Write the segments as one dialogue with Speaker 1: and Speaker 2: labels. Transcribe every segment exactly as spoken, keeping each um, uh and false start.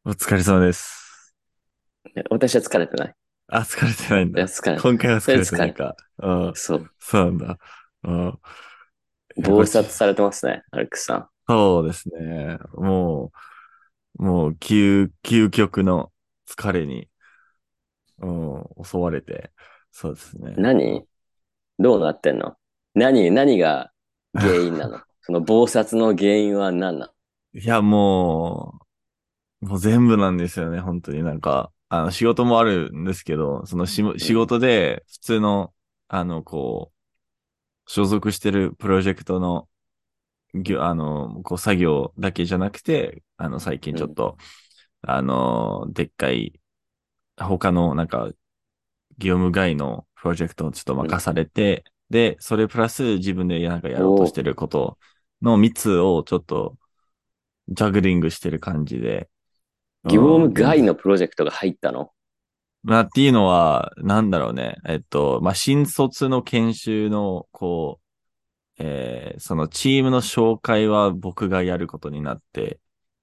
Speaker 1: お疲れ様です。
Speaker 2: いや私は疲れてない。
Speaker 1: あ、疲れてないん
Speaker 2: いや、
Speaker 1: だ。
Speaker 2: 疲れてない。
Speaker 1: 今回は疲れて
Speaker 2: それ疲れ。
Speaker 1: ないか。ああ、
Speaker 2: そ
Speaker 1: そうなんだ。ああ、
Speaker 2: う。
Speaker 1: いや、こっち、
Speaker 2: 忙殺されてますね、アレックスさ
Speaker 1: そうですね。もう、もう、究、究極の疲れに、うん、襲われて、そうです
Speaker 2: ん。
Speaker 1: ね。
Speaker 2: 何どうなってんの？何、何が原因なの？その暴殺の原因は何なの？
Speaker 1: いや、もう、もう全部なんですよね。本当になんか、あの、仕事もあるんですけど、そのし、仕
Speaker 2: うん。
Speaker 1: 事で、普通の、あの、こう、所属してるプロジェクトのぎょ、あの、こう作業だけじゃなくて、あの、最近
Speaker 2: うん。
Speaker 1: ちょっと、あの、でっかい、他のなんか、業務外のプロジェクトをちょっと
Speaker 2: うん。
Speaker 1: 任されて、で、それプラス自分でなんかやろうと
Speaker 2: おお、
Speaker 1: してることのみっつをちょっと、ジャグリングしてる感じで、う
Speaker 2: 業務
Speaker 1: ん。
Speaker 2: 外のプロジェクトが入ったの？
Speaker 1: まあ、っていうのは、なんだろうね。えっと、まあ、新卒の研修の、こう、えーそのチームの紹介は僕がやることになって、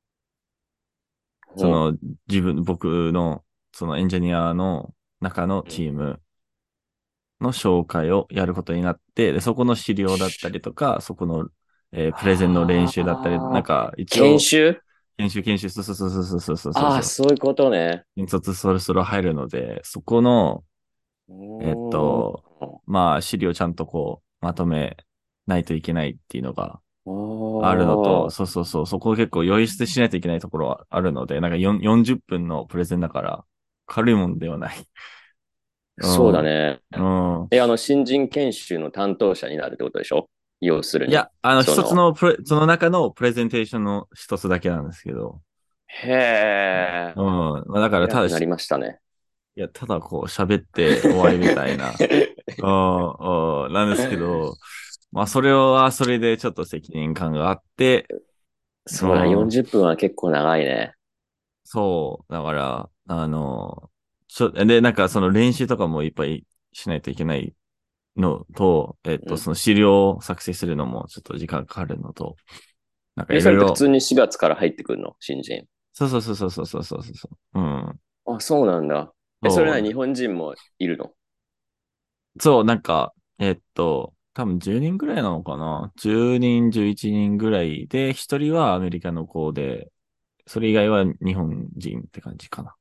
Speaker 1: そ
Speaker 2: おう。
Speaker 1: の自分、僕のそのエンジニアの中の
Speaker 2: うん。
Speaker 1: チームの紹介をやることになって、で、そこの資料だったりとか、そこの、えープレゼンの練習だったり、なん
Speaker 2: ああ、
Speaker 1: か一応、
Speaker 2: 研修。
Speaker 1: 研修研修、そうそうそうそうそうそうそう
Speaker 2: ああー、
Speaker 1: そう、
Speaker 2: そういうことね。
Speaker 1: 新卒そろそろ入るので、そこの、えっ
Speaker 2: おー。
Speaker 1: と、まあ資料ちゃんとこう、まとめないといけないっていうのがあるのと、
Speaker 2: おー。
Speaker 1: そうそうそう、そこ結構余裕しないといけないところはあるので、なんかよんよんじゅっぷんのプレゼンだから、軽いもんではない。う
Speaker 2: そうだ
Speaker 1: ん。
Speaker 2: ね。
Speaker 1: うん。
Speaker 2: え、あの、新人研修の担当者になるってことでしょ？要するに。
Speaker 1: いや、あの、一つ
Speaker 2: その、
Speaker 1: のプレ、その中のプレゼンテーションの一つだけなんですけど、
Speaker 2: へえ、
Speaker 1: うん。まあ、だから、ただし、
Speaker 2: 偉くなりましたね。
Speaker 1: いや、ただこう喋って終わりみたいな、うん、うん、なんですけど、まあ、それはそれでちょっと責任感があって、う
Speaker 2: そうだ、
Speaker 1: ん。
Speaker 2: よんじゅっぷんは結構長いね。
Speaker 1: そう。だから、あの、ちょ、で、なんかその練習とかもいっぱいしないといけないのと、えっと、
Speaker 2: うん。
Speaker 1: その資料を作成するのもちょっと時間かかるのと、なんか
Speaker 2: え、
Speaker 1: いろいろ、
Speaker 2: それって普通にしがつから入ってくるの？新人。
Speaker 1: そうそうそうそうそうそうそうそう。うん。
Speaker 2: あ、そうなんだ。え、それ
Speaker 1: そう、
Speaker 2: なら日本人もいるの？
Speaker 1: そう、なんか、えっと、多分じゅうにんぐらいなのかな？ じゅう 人、じゅういちにんぐらいで、ひとりはアメリカの子で、それ以外は日本人って感じかな。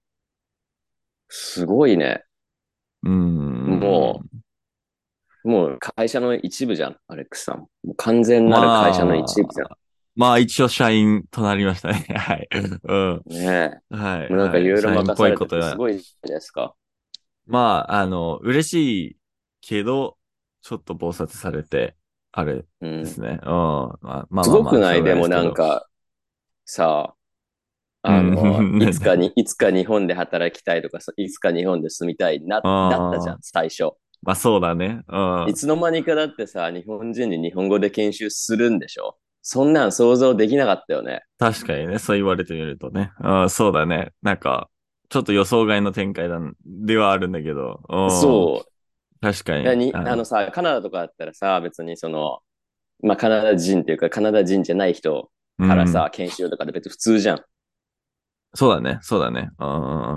Speaker 2: すごいね。
Speaker 1: うー
Speaker 2: も
Speaker 1: ん。
Speaker 2: う、もう会社の一部じゃん、アレックスさん。もう完全なる会社の
Speaker 1: ま
Speaker 2: 一部じゃ
Speaker 1: あ、まあ一応社員となりましたね。はい。うん。
Speaker 2: ん。ね
Speaker 1: はい、
Speaker 2: え。もうなんかい
Speaker 1: はい。
Speaker 2: ろいろ
Speaker 1: 社員っぽい
Speaker 2: 任されて
Speaker 1: ことや、
Speaker 2: てすごいじゃないですか。
Speaker 1: まあ、あの、嬉しいけど、ちょっと忙殺されて、あれ
Speaker 2: うん。
Speaker 1: ですね。うん。まあまあ
Speaker 2: すごく
Speaker 1: まあまあ、しょうが
Speaker 2: ない？でも
Speaker 1: ないですけど。
Speaker 2: なんか、さ、
Speaker 1: う
Speaker 2: あの、
Speaker 1: ん。
Speaker 2: いつか
Speaker 1: ね、
Speaker 2: に、いつか日本で働きたいとか、そいつか日本で住みたいな、だったじゃん、
Speaker 1: ああ、
Speaker 2: 最初。
Speaker 1: まあそうだね。うん。
Speaker 2: いつの間にかだってさ、日本人に日本語で研修するんでしょ？そんなん想像できなかったよね。
Speaker 1: 確かにね、そう言われてみるとね。うん、そうだね。なんか、ちょっと予想外の展開だん、ではあるんだけど。うん。
Speaker 2: そう。
Speaker 1: 確かに、
Speaker 2: いやに、
Speaker 1: あの、
Speaker 2: あのさ、カナダとかだったらさ、別にその、まあ、カナダ人っていうか、カナダ人じゃない人
Speaker 1: うん。
Speaker 2: からさ、研修とかで別に普通じゃん。
Speaker 1: そうだね、そうだね。うん。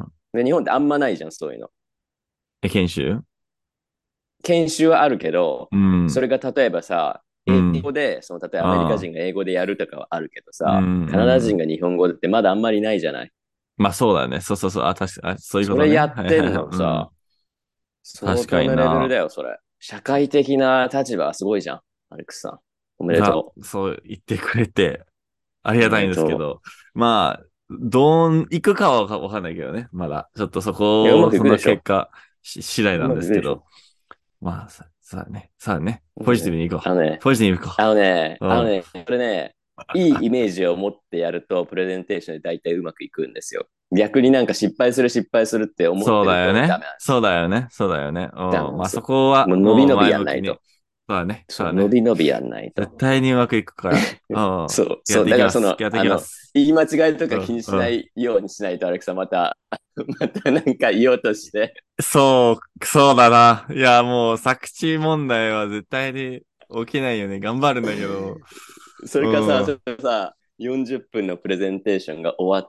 Speaker 2: で、日本ってあんまないじゃん、そういうの。
Speaker 1: え、研修。
Speaker 2: 研修はあるけど、
Speaker 1: うん。
Speaker 2: それが例えばさ、英
Speaker 1: うん。
Speaker 2: 語で、その、例えばアメリカ
Speaker 1: ああ。
Speaker 2: 人が英語でやるとかはあるけど
Speaker 1: う
Speaker 2: さ、カナダ
Speaker 1: ん、うん。
Speaker 2: 人が日本語ってまだあんまりないじゃない。
Speaker 1: まあそうだね。そうそうそう。あ、確か、あ、そういうこ
Speaker 2: それや
Speaker 1: とね。
Speaker 2: ってん
Speaker 1: はいはいはい。うん。
Speaker 2: のさ、相
Speaker 1: 確か
Speaker 2: 当なレベル
Speaker 1: にな。
Speaker 2: だよ、それ。社会的な立場はすごいじゃん。アレックスさん。おめで
Speaker 1: が、
Speaker 2: と
Speaker 1: そう言ってくれて、あり
Speaker 2: う。おめ
Speaker 1: がたいんですけ
Speaker 2: でと
Speaker 1: ど。まあ、どう行くかはわかわかんないけどね。まだ。ちょっとそ
Speaker 2: う。いや、うま
Speaker 1: こ、その
Speaker 2: くいくでしょ。
Speaker 1: 結果、し、次第なん
Speaker 2: うま
Speaker 1: ですけど。
Speaker 2: くいくでしょ。
Speaker 1: まあ、さ、さあね。さあね。ポジティ
Speaker 2: うん。
Speaker 1: ブに行こう。
Speaker 2: あのね、
Speaker 1: ポジティブに行こ
Speaker 2: あのね、
Speaker 1: う。うん。
Speaker 2: あのね、これね、いいイメージを持ってやると、プレゼンテーションで大体うまくいくんですよ。逆になんか失敗する失敗するって思っ
Speaker 1: そう
Speaker 2: てるとダ
Speaker 1: だよね。そう
Speaker 2: メなんですよ。
Speaker 1: だよね。そうだよね。うん。まあそ
Speaker 2: ダメなんですよ。
Speaker 1: こは、
Speaker 2: もう伸び
Speaker 1: もう
Speaker 2: 伸び
Speaker 1: 前向きに。
Speaker 2: やんないと。
Speaker 1: そうだね。そう
Speaker 2: そう、
Speaker 1: だね。
Speaker 2: 伸び伸びやんないと。
Speaker 1: 絶対にうまくいくから。うん。
Speaker 2: そう、
Speaker 1: やっ
Speaker 2: そう。
Speaker 1: ていきます。
Speaker 2: だからその、
Speaker 1: やってい
Speaker 2: あの、
Speaker 1: きます。
Speaker 2: 言い間違いと
Speaker 1: うん、
Speaker 2: か気にし
Speaker 1: うん。
Speaker 2: ないようにしないと、アレクさんまた、またなんか言おうとして。
Speaker 1: そう、そうだな。いや、もう、作詞問題は絶対に起きないよね。頑張るんだけど。
Speaker 2: それかさ、そ
Speaker 1: うん。
Speaker 2: れかさ、よんじゅっぷんのプレゼンテーションが終わっ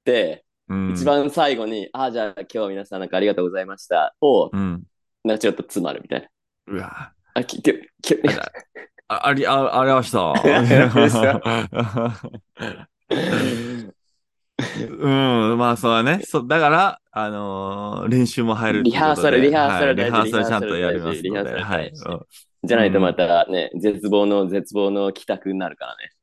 Speaker 2: て、
Speaker 1: うん。
Speaker 2: 一番最後に、ああ、じゃあ今日は皆さんなんかありがとうございましたを、
Speaker 1: うん。
Speaker 2: なんかちょっと詰まるみたいな。
Speaker 1: うわ。
Speaker 2: あ、き、き、き、
Speaker 1: あ、だあ、あり、あ、ありまし
Speaker 2: でしょ。
Speaker 1: た。うん、まあそうだね。そう、だから、あのー練習も入るっていうこ
Speaker 2: リハーサル、リ
Speaker 1: とで、
Speaker 2: ハー
Speaker 1: はい。リ
Speaker 2: サル大事、
Speaker 1: ハーサルちゃん
Speaker 2: リハーサ
Speaker 1: とやりま
Speaker 2: ル大事、リハーサ
Speaker 1: すので、はい。
Speaker 2: ル大事。じゃないとま
Speaker 1: うん。
Speaker 2: たね、絶望の絶望の帰宅になるからね。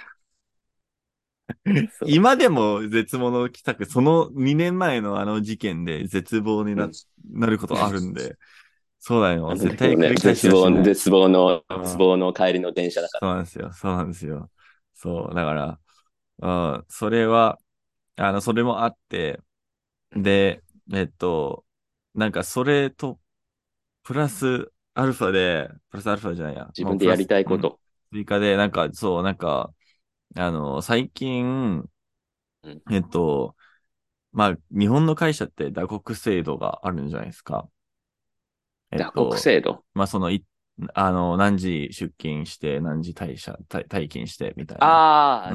Speaker 2: そう。
Speaker 1: 今でも絶望の帰宅、そのにねんまえのあの事件で絶望にな、
Speaker 2: うん。
Speaker 1: なることあるんで、そうだよ。
Speaker 2: なん
Speaker 1: 絶
Speaker 2: だけどね、
Speaker 1: 対繰り返し
Speaker 2: 絶望、
Speaker 1: はしない。
Speaker 2: 絶望の、
Speaker 1: うん。
Speaker 2: 絶望の帰りの電車だから。
Speaker 1: そうなんですよ。そうなんですよ。そう。だから、うん、それは、あの、それもあって、で、えっと、なんかそれと、プラスアルファで、プラスアルファじゃないや、もうプラス、
Speaker 2: 自分でやりたい
Speaker 1: うん、
Speaker 2: こと。
Speaker 1: 追加で、なんか、そう、なんか、あの、最近、
Speaker 2: うん。
Speaker 1: えっと、まあ、日本の会社って打刻制度があるんじゃないですか。えっ
Speaker 2: 打刻
Speaker 1: と、
Speaker 2: 制度。
Speaker 1: まあ、その、い、あの、何時出勤して、何時退社、退、退勤して、みたいな。
Speaker 2: ああ、
Speaker 1: うん、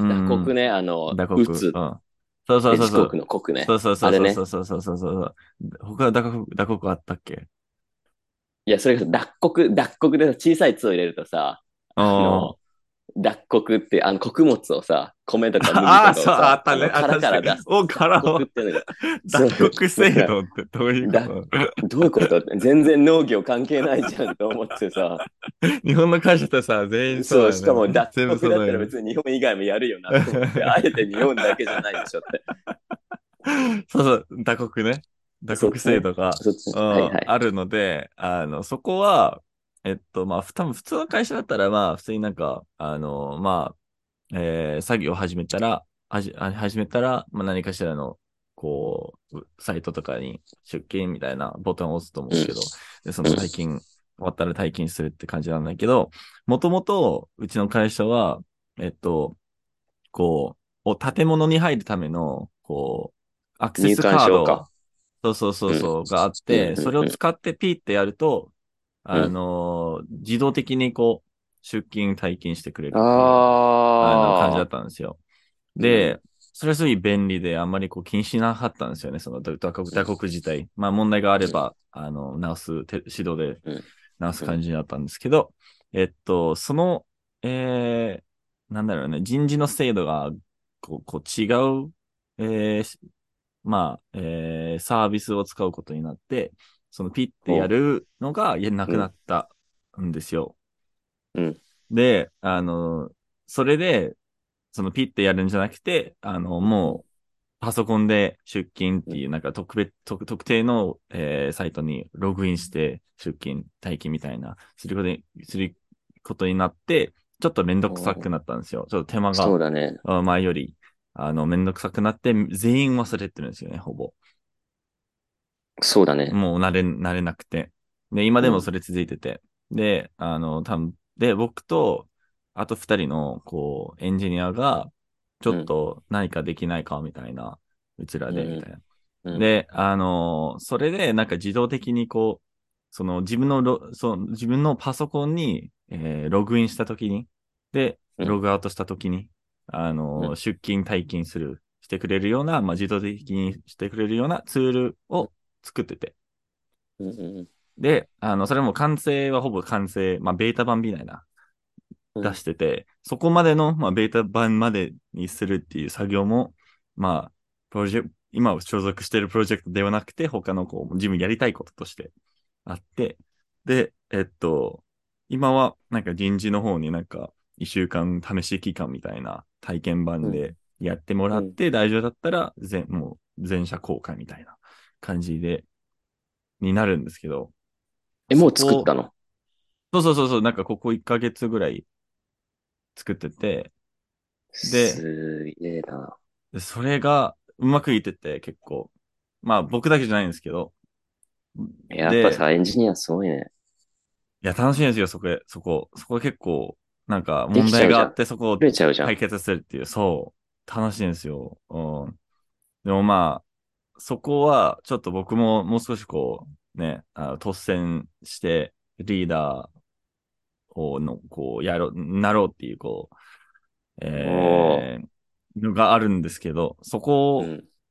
Speaker 2: 打刻ね。あの、
Speaker 1: 打刻、
Speaker 2: 打つ。
Speaker 1: うん。そうそう
Speaker 2: え、
Speaker 1: そうそう。
Speaker 2: 時刻の刻ね。
Speaker 1: そうそうそう
Speaker 2: あれね。
Speaker 1: そうそうそうそうそうそう。他打刻、打刻あったっけ？
Speaker 2: いや、それこそ脱穀、脱穀で小さい「つ」を入れるとさ、あ
Speaker 1: あ
Speaker 2: の、脱穀って、あの、穀物をさ、米とか麦
Speaker 1: ああ、そう、あ
Speaker 2: とかをさ、
Speaker 1: ったね。
Speaker 2: あの、
Speaker 1: あ、
Speaker 2: 殻
Speaker 1: 確かに。
Speaker 2: から出す
Speaker 1: お、
Speaker 2: 脱穀っ
Speaker 1: からを、
Speaker 2: ていうのが、そう、
Speaker 1: 脱穀制
Speaker 2: だから、
Speaker 1: 度ってどういうこ
Speaker 2: だ、
Speaker 1: と？
Speaker 2: どういうことって全然農業関係ないじゃんと思ってさ、
Speaker 1: 日本の会社ってさ、全員そう
Speaker 2: そう、
Speaker 1: だよね。
Speaker 2: しかも脱
Speaker 1: 全部
Speaker 2: 穀だったら
Speaker 1: そうだよね。
Speaker 2: 別に日本以外もやるよなと思って、あえて日本だけじゃないでしょって。
Speaker 1: そうそう、打刻ね。打刻
Speaker 2: そっちね。
Speaker 1: 制度が、
Speaker 2: そっちね。
Speaker 1: うん、
Speaker 2: はいはい。
Speaker 1: あるので、あの、そこは、えっと、まあ、ふ多分普通の会社だったら、まあ、普通になんか、あの、まあ、えー作業を始めたら、はじ、あ始めたら、まあ、何かしらの、こう、サイトとかに出勤みたいなボタンを押すと思うん
Speaker 2: うん。
Speaker 1: ですけど、で、そ
Speaker 2: うん。
Speaker 1: の退勤、終わったら退勤するって感じなんだけど、もともと、うちの会社は、えっと、こう、お建物に入るための、こう、アクセ
Speaker 2: 入
Speaker 1: ス
Speaker 2: 館証か。
Speaker 1: カード、そうそうそう
Speaker 2: うん。
Speaker 1: そう、があっ
Speaker 2: うん。
Speaker 1: て、それを
Speaker 2: うん。
Speaker 1: 使ってピーってやると、あ
Speaker 2: うん。
Speaker 1: のー自動的にこう、出勤退勤してくれるっていう、あの、感じだっ
Speaker 2: ああ。
Speaker 1: たんですよ。
Speaker 2: うん。
Speaker 1: で、それはすごい便利で、あんまりこう気にしなかったんですよね、その打刻、打
Speaker 2: うん。
Speaker 1: 刻自体。まあ問題があれ
Speaker 2: うん。
Speaker 1: ば、あの、直す、て指導で
Speaker 2: うん。
Speaker 1: 直す
Speaker 2: うん。
Speaker 1: 感じだったんですけど、えっと、その、えー、なんだろうね、人事の制度が、こう、こう違う、えー、まあ、えー、サービスを使うことになって、そのピッて
Speaker 2: おう。
Speaker 1: やるのがやな
Speaker 2: うん。
Speaker 1: くなったんですよ。
Speaker 2: うん。
Speaker 1: で、あの、それで、そのピッてやるんじゃなくて、あの、
Speaker 2: うん。
Speaker 1: もう、パソコンで出勤っ
Speaker 2: うん。
Speaker 1: ていう、なんか特別、特、特定の、えーサイトにログインして出勤、待機みたいな、することに、することになって、ちょっとめんどくさく
Speaker 2: おう。
Speaker 1: なったんですよ。ちょっと手間が、
Speaker 2: そうだね。
Speaker 1: あ前より、あの、めんどくさくなって、全員忘れてるんですよね、ほぼ。
Speaker 2: そうだね。
Speaker 1: もう慣れ、慣れなくて。で、今
Speaker 2: うん。
Speaker 1: でもそれ続いてて。で、あの、多分で、僕と、あと二人の、こう、エンジニアが、ちょっ
Speaker 2: うん。
Speaker 1: と何かできないかみたいな、うちらで、み
Speaker 2: うん。
Speaker 1: たいな。
Speaker 2: うん。
Speaker 1: で、あの、それで、なんか自動的にこう、その自分のロ、その自分のパソコンに、えーログインしたときに、で、
Speaker 2: うん。
Speaker 1: ログアウトしたときに、あの、
Speaker 2: うん。
Speaker 1: 出勤退勤する、してくれるような、まあ、自動的にしてくれるようなツールを作ってて。
Speaker 2: うん。うん。
Speaker 1: で、あの、それも完成はほぼ完成、まあ、ベータ版みたいな、出
Speaker 2: うん。
Speaker 1: してて、そこまでの、まあ、ベータ版までにするっていう作業も、まあ、プロジェクト、今所属しているプロジェクトではなくて、他のこう、自分やりたいこととしてあって、で、えっと、今はなんか人事の方になんか一週間試し期間みたいな体験版
Speaker 2: うん。
Speaker 1: でやってもら
Speaker 2: うん。
Speaker 1: って大丈夫だったら全、もう全社公開みたいな感じで、になるんですけど、
Speaker 2: え、もう作っ
Speaker 1: そこ、
Speaker 2: たの？
Speaker 1: そうそうそうそう、なんかここいっかげつぐらい作ってて、で、
Speaker 2: すげえな。
Speaker 1: それがうまくいってて結構、まあ僕だけじゃないんですけど、で、
Speaker 2: やっぱさ、エンジニアすごいね。
Speaker 1: いや楽しいんですよ、そこへ、そこ、そこ結構、なんか
Speaker 2: で
Speaker 1: 問
Speaker 2: きちゃうじゃん。
Speaker 1: 題があってそこを
Speaker 2: 作れちゃうじゃん。
Speaker 1: 解決するっていう、そう、楽しいんですよ。うん。でもまあ、そこはちょっと僕ももう少しこう、ね、あの突然してリーダーをの、こう、やろう、なろうっていう、こう、
Speaker 2: おー。
Speaker 1: えー、のがあるんですけど、そこ
Speaker 2: うん。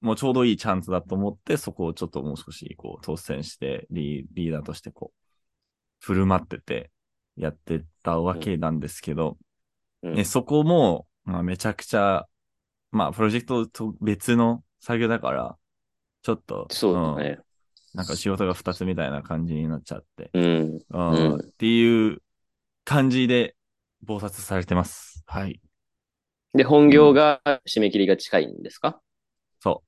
Speaker 1: もうちょうどいいチャンスだと思って、そこをちょっともう少しこう、突然してリー、リーダーとしてこう、振る舞ってて、やってたわ
Speaker 2: うん。
Speaker 1: けなんですけど、ね、
Speaker 2: うん。
Speaker 1: そこも、まあ、めちゃくちゃ、まあ、プロジェクトと別の作業だから、ちょっと、うん、
Speaker 2: そうだね。
Speaker 1: なんか仕事が二つみたいな感じになっちゃって、
Speaker 2: うん。
Speaker 1: うん、っ
Speaker 2: うん。
Speaker 1: ていう感じで、忙殺されてます。はい。
Speaker 2: で、本
Speaker 1: うん。
Speaker 2: 業が締め切りが近いんですか？
Speaker 1: そう。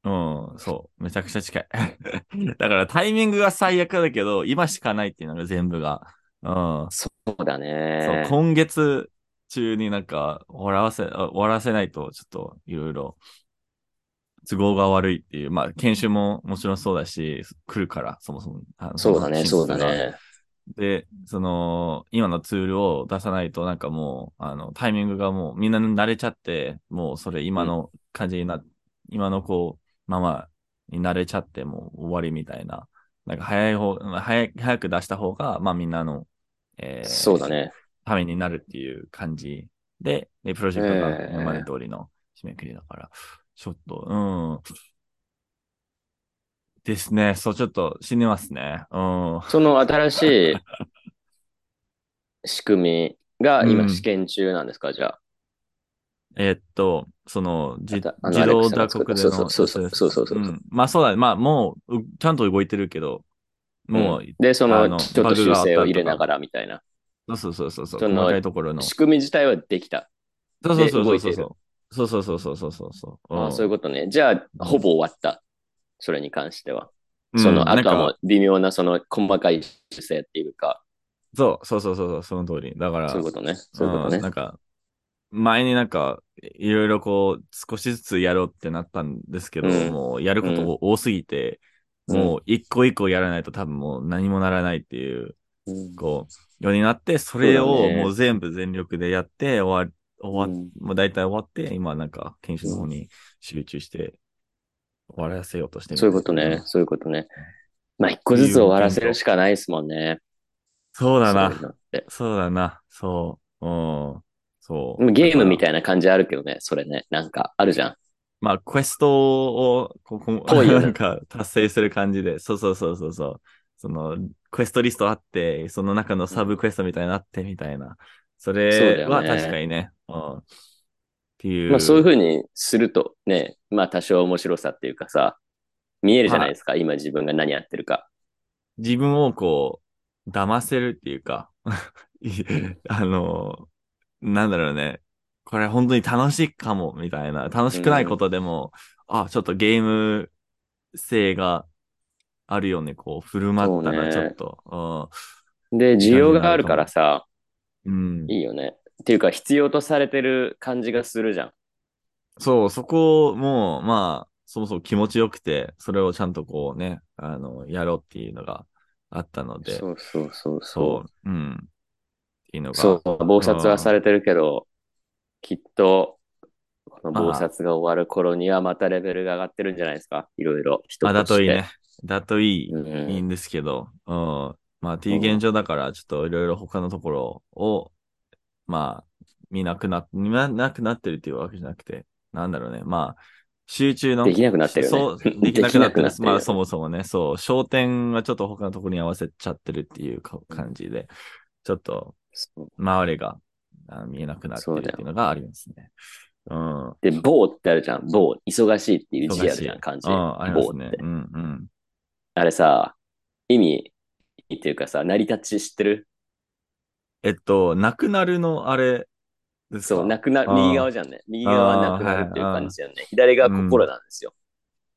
Speaker 1: うん、そう。めちゃくちゃ近い。だからタイミングが最悪だけど、今しかないっていうのが全部が。うん。
Speaker 2: そうだ
Speaker 1: そう、
Speaker 2: ね。
Speaker 1: 今月中になんか終わらせ、あ終わらせないと、ちょっといろいろ都合が悪いっていう、まあ、研修ももちろんそうだし、来るから、そもそも、あの、その
Speaker 2: そうだね。そうだ
Speaker 1: 新卒が。
Speaker 2: ね。
Speaker 1: で、その、今のツールを出さないと、なんかもう、あの、タイミングがもうみんな慣れちゃって、もうそれ
Speaker 2: うん。
Speaker 1: 今の感じにな、今のこう、ままに慣れちゃって、もう終わりみたいな。なんか早い方、まあ早い、早く出した方が、まあみんなの、えー、
Speaker 2: そうだね。
Speaker 1: ためになるっていう感じで、で、プロジェクトが今まで
Speaker 2: ええ。
Speaker 1: 通りの締め切りだから、ちょっと、うん、ですね。そう、ちょっと死にますね。うん。
Speaker 2: その新しい仕組みが今試
Speaker 1: うん。
Speaker 2: 験中なんですか？じゃあ。
Speaker 1: えーっと、その、じ、
Speaker 2: あた、あの、
Speaker 1: 自
Speaker 2: アレク
Speaker 1: 動打
Speaker 2: サが作った。そうそう
Speaker 1: 刻での
Speaker 2: そうそう
Speaker 1: エスエス。
Speaker 2: そうそうそう。
Speaker 1: うん。まあそうだね。まあもう、うちゃんと動いてるけど、
Speaker 2: うん。
Speaker 1: もう、
Speaker 2: で、その、
Speaker 1: あの、
Speaker 2: ちょっと
Speaker 1: バグがあっ
Speaker 2: 修正を
Speaker 1: たりとか。
Speaker 2: 入れながらみたいな。
Speaker 1: そうそうそうそう、細か
Speaker 2: その、
Speaker 1: いところの。
Speaker 2: 仕組み自体はできた。で、
Speaker 1: そうそうそう
Speaker 2: 動いている。
Speaker 1: そうそうそう。そうそうそうそうそうそうそ
Speaker 2: ああ、そういう
Speaker 1: う。
Speaker 2: ことね。じゃあ、
Speaker 1: うん。
Speaker 2: ほぼ終わった。それに関しては。
Speaker 1: うん。
Speaker 2: その、あとはもう
Speaker 1: なんか、
Speaker 2: 微妙なその細かい修正っていうか、
Speaker 1: そう、そうそうそうそう、その通り。だから、
Speaker 2: そういうことね。そういうこと
Speaker 1: うん、
Speaker 2: ね。
Speaker 1: なんか、前になんか、いろいろこう、少しずつやろうってなったんですけど、
Speaker 2: うん。
Speaker 1: もうやること
Speaker 2: うん。
Speaker 1: 多すぎて、
Speaker 2: うん。
Speaker 1: もう一個一個やらないと多分もう何もならないっていう、
Speaker 2: うん。
Speaker 1: こう、ようになって、そ
Speaker 2: そう
Speaker 1: れをもう
Speaker 2: だね。
Speaker 1: 全部全力でやって終わ、終わ、
Speaker 2: うん。
Speaker 1: もう大体終わって、今なんか研修
Speaker 2: うん。
Speaker 1: の方に集中して終わらせようとしてみ
Speaker 2: そういう
Speaker 1: て。
Speaker 2: ことね。
Speaker 1: うん。っ
Speaker 2: そういうことね。まあ、一個
Speaker 1: ていう
Speaker 2: ずつ終わらせる
Speaker 1: 現状。
Speaker 2: しかないですもんね。
Speaker 1: そうだ
Speaker 2: そういうの
Speaker 1: な。
Speaker 2: って。
Speaker 1: そうだな。そう。うん。そう。
Speaker 2: ゲームみ
Speaker 1: だから、
Speaker 2: たいな感じあるけどね。それね。なんか、あるじゃん。
Speaker 1: まあ、クエストを、ここ、
Speaker 2: ぽいよね。
Speaker 1: なんか、達成する感じで、そうそうそうそうそう。その、クエストリストあって、その中の
Speaker 2: うん。
Speaker 1: サブクエストみたいになって、みたいな。そ
Speaker 2: そうだよ
Speaker 1: れは確か
Speaker 2: ね。
Speaker 1: にね、うん、って
Speaker 2: まあ、そういう
Speaker 1: いう、
Speaker 2: ふうにするとね、まあ、多少面白さっていうかさ、見えるじゃ
Speaker 1: まあ、
Speaker 2: ないですか。今自分が何やってるか。
Speaker 1: 自分をこう、騙せるっていうか、いあの、なんだろうね。これ本当に楽しいかも、みたいな。楽しくないこ
Speaker 2: うん。
Speaker 1: とでも、あ、ちょっとゲーム性があるよね、こう、振る舞っ
Speaker 2: そう
Speaker 1: たらちょっ
Speaker 2: ね。
Speaker 1: と、
Speaker 2: で、
Speaker 1: うん、いい
Speaker 2: 需
Speaker 1: 感じに
Speaker 2: 要があるか
Speaker 1: なるかも。
Speaker 2: らさ、
Speaker 1: うん。
Speaker 2: いいよね。っていうか、必要とされてる感じがするじゃん。
Speaker 1: そう、そこも、まあ、そもそも気持ちよくて、それをちゃんとこうね、あの、やろうっていうのがあったので、
Speaker 2: そうそうそうそう。
Speaker 1: そう、うん、っていうのが、
Speaker 2: そう、忙
Speaker 1: うん、ま
Speaker 2: 殺はされてるけど、きっと、この忙
Speaker 1: あ、
Speaker 2: 殺が終わる頃にはまたレベルが上がってるんじゃないですか。いろいろ人
Speaker 1: まあ、だ
Speaker 2: として。
Speaker 1: といいね。だとい
Speaker 2: う
Speaker 1: い、いい
Speaker 2: ん。
Speaker 1: んですけど、うん。まあ、っていう現
Speaker 2: うん。
Speaker 1: 状だから、ちょっといろいろ他のところを、まあ、見なくな、見なくなってるっていうわけじゃなくて、なんだろうね。まあ、集中の、
Speaker 2: できなくなってるよね。
Speaker 1: しそう、でき
Speaker 2: できなく
Speaker 1: なくなってる。まあ、
Speaker 2: なってるよね。
Speaker 1: そもそもね、そう、焦点はちょっと他のところに合わせちゃってるっていうか
Speaker 2: うん。
Speaker 1: 感じで、ちょっと、
Speaker 2: そう、
Speaker 1: 周りがあ見えなくなってるっていう
Speaker 2: そうだよ。
Speaker 1: のがありますね。うん。
Speaker 2: で、棒ってあるじゃん。棒。忙しいっていう字あるじゃん、
Speaker 1: 忙しい。
Speaker 2: 漢字。
Speaker 1: うん、ありますね。
Speaker 2: 棒って。
Speaker 1: うん、うん。
Speaker 2: あれさ、意味っていうかさ、成り立ち知ってる？
Speaker 1: えっと、なくなるのあれです
Speaker 2: そう、な
Speaker 1: か？
Speaker 2: くな、右
Speaker 1: あ
Speaker 2: 側じゃんね。
Speaker 1: あ、あ
Speaker 2: 右側な
Speaker 1: あ、はい、
Speaker 2: くなるっていう感
Speaker 1: ああ、
Speaker 2: じだよね。左側
Speaker 1: うん。
Speaker 2: 心なんですよ。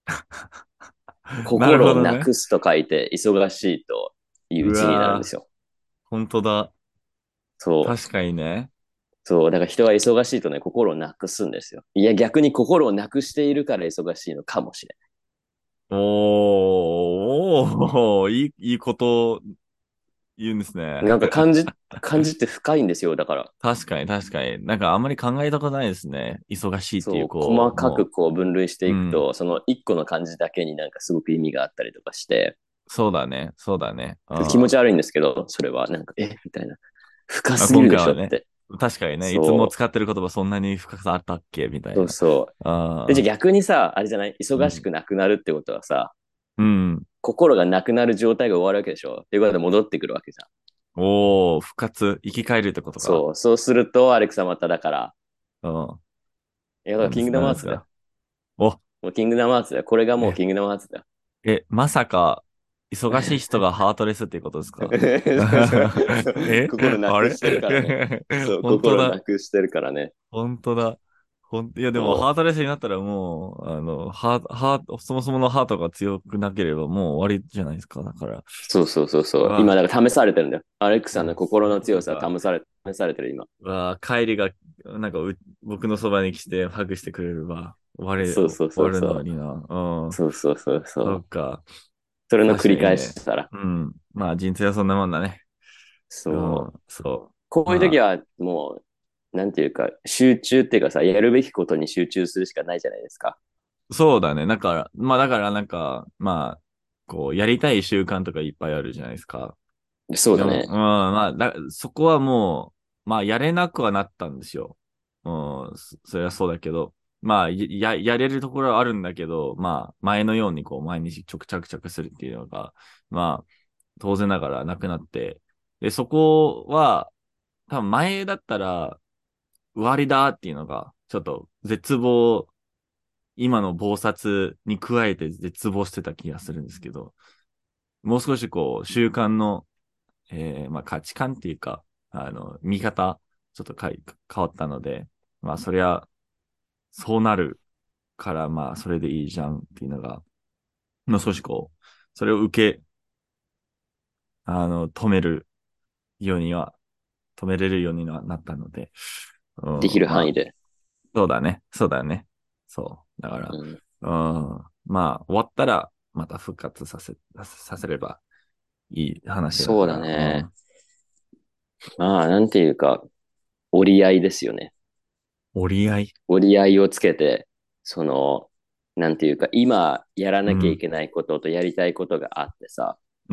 Speaker 1: なる
Speaker 2: 心を
Speaker 1: ほどね。
Speaker 2: なくすと書いて、忙しいという
Speaker 1: う
Speaker 2: 字になるんです
Speaker 1: わー、
Speaker 2: よ。
Speaker 1: 本当だ。
Speaker 2: そう。
Speaker 1: 確かにね。
Speaker 2: そう。だから人が忙しいとね、心をなくすんですよ。いや、逆に心をなくしているから忙しいのかもしれ
Speaker 1: おー、おー、いい、いいこと言うんですね。
Speaker 2: ない。なんか漢字、漢字って深いんですよ。だから。
Speaker 1: 確かに、確かに。なんかあんまり考えたことないですね。忙しいっていう、
Speaker 2: そう、細
Speaker 1: こう、も
Speaker 2: かくこう分類して
Speaker 1: う、うん。
Speaker 2: いくと、その一個の漢字だけになんかすごく意味があったりとかして、
Speaker 1: そうだね。そうだね。うん。
Speaker 2: 気持ち
Speaker 1: ま
Speaker 2: 悪いんですけど、それはなんか、えみたいな。深
Speaker 1: あ、
Speaker 2: すぎるで
Speaker 1: 今回はね、
Speaker 2: しょって。
Speaker 1: 確かにね、いつも
Speaker 2: そう。
Speaker 1: 使ってる言葉そんなに深さあったっけみたい
Speaker 2: そう
Speaker 1: な。
Speaker 2: そう。で、じゃあ
Speaker 1: ああ、
Speaker 2: 逆にさ、あれじゃない
Speaker 1: うん。
Speaker 2: 忙しくなくなるってことはさ、
Speaker 1: うん。
Speaker 2: 心がなくなる状態が終わるわけでしょっていうことで戻ってくるわけじゃん。
Speaker 1: おー、復活、生き返るってことか。
Speaker 2: そう。そうすると、アレクサまただから、
Speaker 1: うん。
Speaker 2: いや、だからキング
Speaker 1: なんです、
Speaker 2: ダムハーツだよ。
Speaker 1: なんですか。お、
Speaker 2: もうキングダムハーツだよ。これがもう
Speaker 1: え、
Speaker 2: キングダムハーツだよ。
Speaker 1: え、まさか、忙しい人がハートレスっていうことですか？
Speaker 2: そうそうそう。
Speaker 1: え
Speaker 2: 心な
Speaker 1: あれ
Speaker 2: くしてるからね。そう、
Speaker 1: 本当だ。
Speaker 2: 心なくしてるからね。
Speaker 1: 本当だ。ほん、いや、でも、ハー
Speaker 2: そ
Speaker 1: トレスになったらもう、あの、ハー、ハー、そもそものハートが強くなければもう終わりじゃないですか。だから。
Speaker 2: そうそうそうそう。今、
Speaker 1: うわ、
Speaker 2: だから試されてるんだよ。アレクサの心
Speaker 1: そういう
Speaker 2: の強さは
Speaker 1: ことか。
Speaker 2: 試され、試されてる今。
Speaker 1: うわ、カイリが、なんかう、僕のそばに来てハグしてくれれば、終われ、終
Speaker 2: そうそうそ
Speaker 1: わる
Speaker 2: うそう。
Speaker 1: のにな。うん。
Speaker 2: そうそうそうそう。
Speaker 1: そうか。
Speaker 2: それの繰り返
Speaker 1: 確かにね。
Speaker 2: しだら。
Speaker 1: うん。まあ、人生はそんなもんだね。うん。
Speaker 2: そう。
Speaker 1: そう。
Speaker 2: こういう時
Speaker 1: まあ、
Speaker 2: はもう、なんていうか、集中っていうかさ、やるべきことに集中するしかないじゃないですか。
Speaker 1: そうだね。だから、まあ、だからなんか、まあ、こう、やりたい習慣とかいっぱいあるじゃないですか。でも、うん、
Speaker 2: そうだね。
Speaker 1: まあ、だ、そこはもう、まあ、やれなくはなったんですよ。うん、そそれはそうだけど、まあ、や、やれるところはあるんだけど、まあ、前のようにこう、毎日ちょくちゃくちゃくするっていうのが、まあ、当然ながらなくなって、で、そこは、多分前だったら、終わりだっていうのが、ちょっと絶望、今の暴殺に加えて絶望してた気がするんですけど、もう少しこう、習慣のえーまあ価値観っていうか、あの、見方、ちょっとかい変わったので、まあそりゃ、そうなるから、まあそれでいいじゃんっていうのが、もう少しこう、それを受け、あの、止めるようには、止めれるようにはなったので、う
Speaker 2: でき
Speaker 1: ん、まあ、
Speaker 2: る範囲で。
Speaker 1: そうだね。そうだね。そう。だか
Speaker 2: うん。
Speaker 1: ら、うん、まあ、終わったら、また復活させ、させればいい話だ
Speaker 2: そうだ
Speaker 1: から、う
Speaker 2: ね。
Speaker 1: ん。
Speaker 2: まあ、なんていうか、折り合いですよね。
Speaker 1: 折り合い。
Speaker 2: 折り合いをつけて、その、なんていうか、今やら
Speaker 1: うん、
Speaker 2: なきゃいけないこととやりたいことがあってさ、
Speaker 1: うん、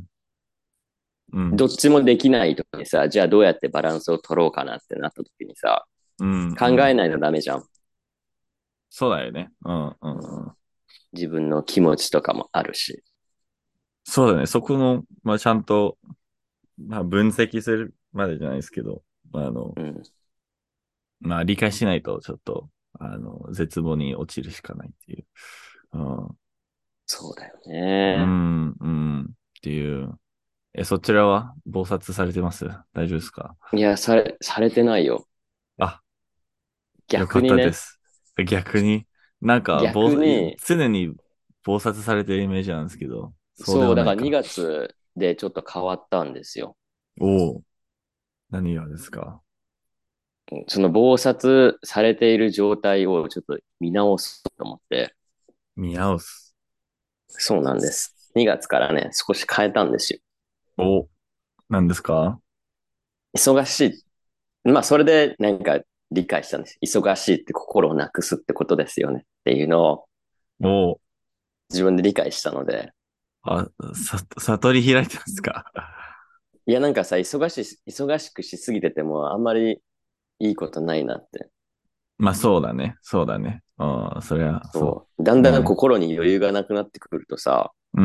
Speaker 1: うん、
Speaker 2: どっちもできない時にさ、じゃあどうやってバランスを取ろうかなってなった時にさ、
Speaker 1: うん、
Speaker 2: 考
Speaker 1: うん。
Speaker 2: えないとダメじゃん。
Speaker 1: そうだよね。うん、うん、
Speaker 2: うん、
Speaker 1: うん。
Speaker 2: 自分の気持ちとかもあるし。
Speaker 1: そうだね。そこの、まあ、ちゃんと、まあ、分析するまでじゃないですけど、あの、
Speaker 2: うん、
Speaker 1: まあ、理解しないと、ちょっと、あの、絶望に落ちるしかないっていう。うん、
Speaker 2: そうだよ
Speaker 1: う
Speaker 2: ね。
Speaker 1: ん、うん、っていう。え、そちらは暴殺されてます？大丈夫ですか？
Speaker 2: いや、され、されてないよ。
Speaker 1: あ、よかっ
Speaker 2: 逆にね、
Speaker 1: たです。逆に、なんか、暴、い
Speaker 2: 逆に、
Speaker 1: 常に暴殺されてるイメージなんですけど、そうで
Speaker 2: そう、だから
Speaker 1: はないか。
Speaker 2: にがつでちょっと変わったんですよ。
Speaker 1: おお、何がですか？
Speaker 2: その忙殺されている状態をちょっと見直すと思って、
Speaker 1: 見直す。
Speaker 2: そうなんです。にがつからね、少し変えたんですよ。
Speaker 1: お、何ですか？
Speaker 2: 忙しい。まあ、それでなんか理解したんです。忙しいって心をなくすってことですよねっていうのを
Speaker 1: お、
Speaker 2: 自分で理解したので、
Speaker 1: あ、さ、悟り開いてますか？
Speaker 2: いや、なんかさ、忙しい、忙しくしすぎててもあんまりいいことないなって。
Speaker 1: まあそうだね。そうだね。うん、そりゃ、そ
Speaker 2: そう。だん
Speaker 1: う。う
Speaker 2: だん
Speaker 1: ん。
Speaker 2: 心に余裕がなくなってくるとさ、
Speaker 1: うん。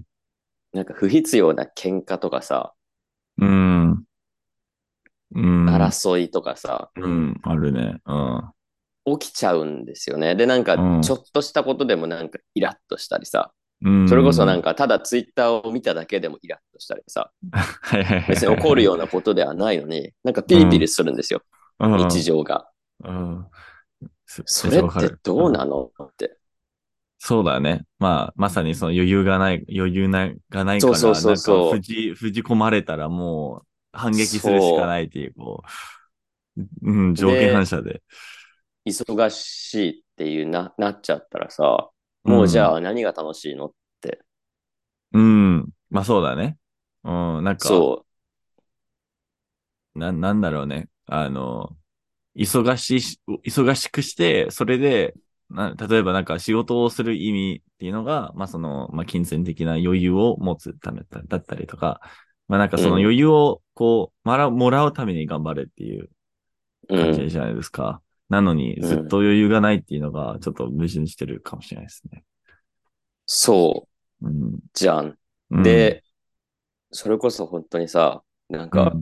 Speaker 2: なんか不必要な喧嘩とかさ、
Speaker 1: うん。うん。
Speaker 2: 争いとかさ、
Speaker 1: うん。あるね。うん。
Speaker 2: 起きちゃうんですよね。で、なんか、
Speaker 1: うん。
Speaker 2: ちょっとしたことでもなんかイラッとしたりさ、
Speaker 1: う
Speaker 2: それこそな
Speaker 1: ん。
Speaker 2: んか、ただツイッターを見ただけでもイラッとしたりさ、
Speaker 1: はいはいはい
Speaker 2: 別に
Speaker 1: はいはい。
Speaker 2: 怒るようなことではないのに、なんかピリピリ
Speaker 1: うん。
Speaker 2: するんですよ。
Speaker 1: うん。
Speaker 2: 日常が。
Speaker 1: うん。すめっ
Speaker 2: それっ
Speaker 1: ちゃわかる。
Speaker 2: てど
Speaker 1: うん。
Speaker 2: うなのって。
Speaker 1: そうだね。まあ、まさにその余裕がない、余裕な、がないから、
Speaker 2: そうそうそう
Speaker 1: なんか、
Speaker 2: そう。
Speaker 1: 封じ、封じ込まれたらもう、反撃するしか
Speaker 2: そ
Speaker 1: ないっていう、こう、うん、
Speaker 2: う。
Speaker 1: 条件反
Speaker 2: で、
Speaker 1: 射で。
Speaker 2: 忙しいっていうな、なっちゃったらさ、
Speaker 1: うん。
Speaker 2: もうじゃあ何が楽しいのって。
Speaker 1: うん。まあそうだね。うん。なんか、
Speaker 2: そ
Speaker 1: な、なんだろうね。あの、忙しし、忙しくして、それで、な、例えばなんか仕事をする意味っていうのが、まあその、まあ金銭的な余裕を持つためだだったりとか、まあなんか
Speaker 2: う。う
Speaker 1: その
Speaker 2: ん。
Speaker 1: 余裕をこう、もらう、もらうために頑張るっていう。
Speaker 2: うん、
Speaker 1: 感じじゃないですか。なのに、ずっと
Speaker 2: うん。
Speaker 1: 余裕がないっていうのが、ちょっと矛盾してるかもしれないですね。
Speaker 2: そう、
Speaker 1: うん。
Speaker 2: じゃん。
Speaker 1: うん。
Speaker 2: で、それこそ本当にさ、なんか、
Speaker 1: うん。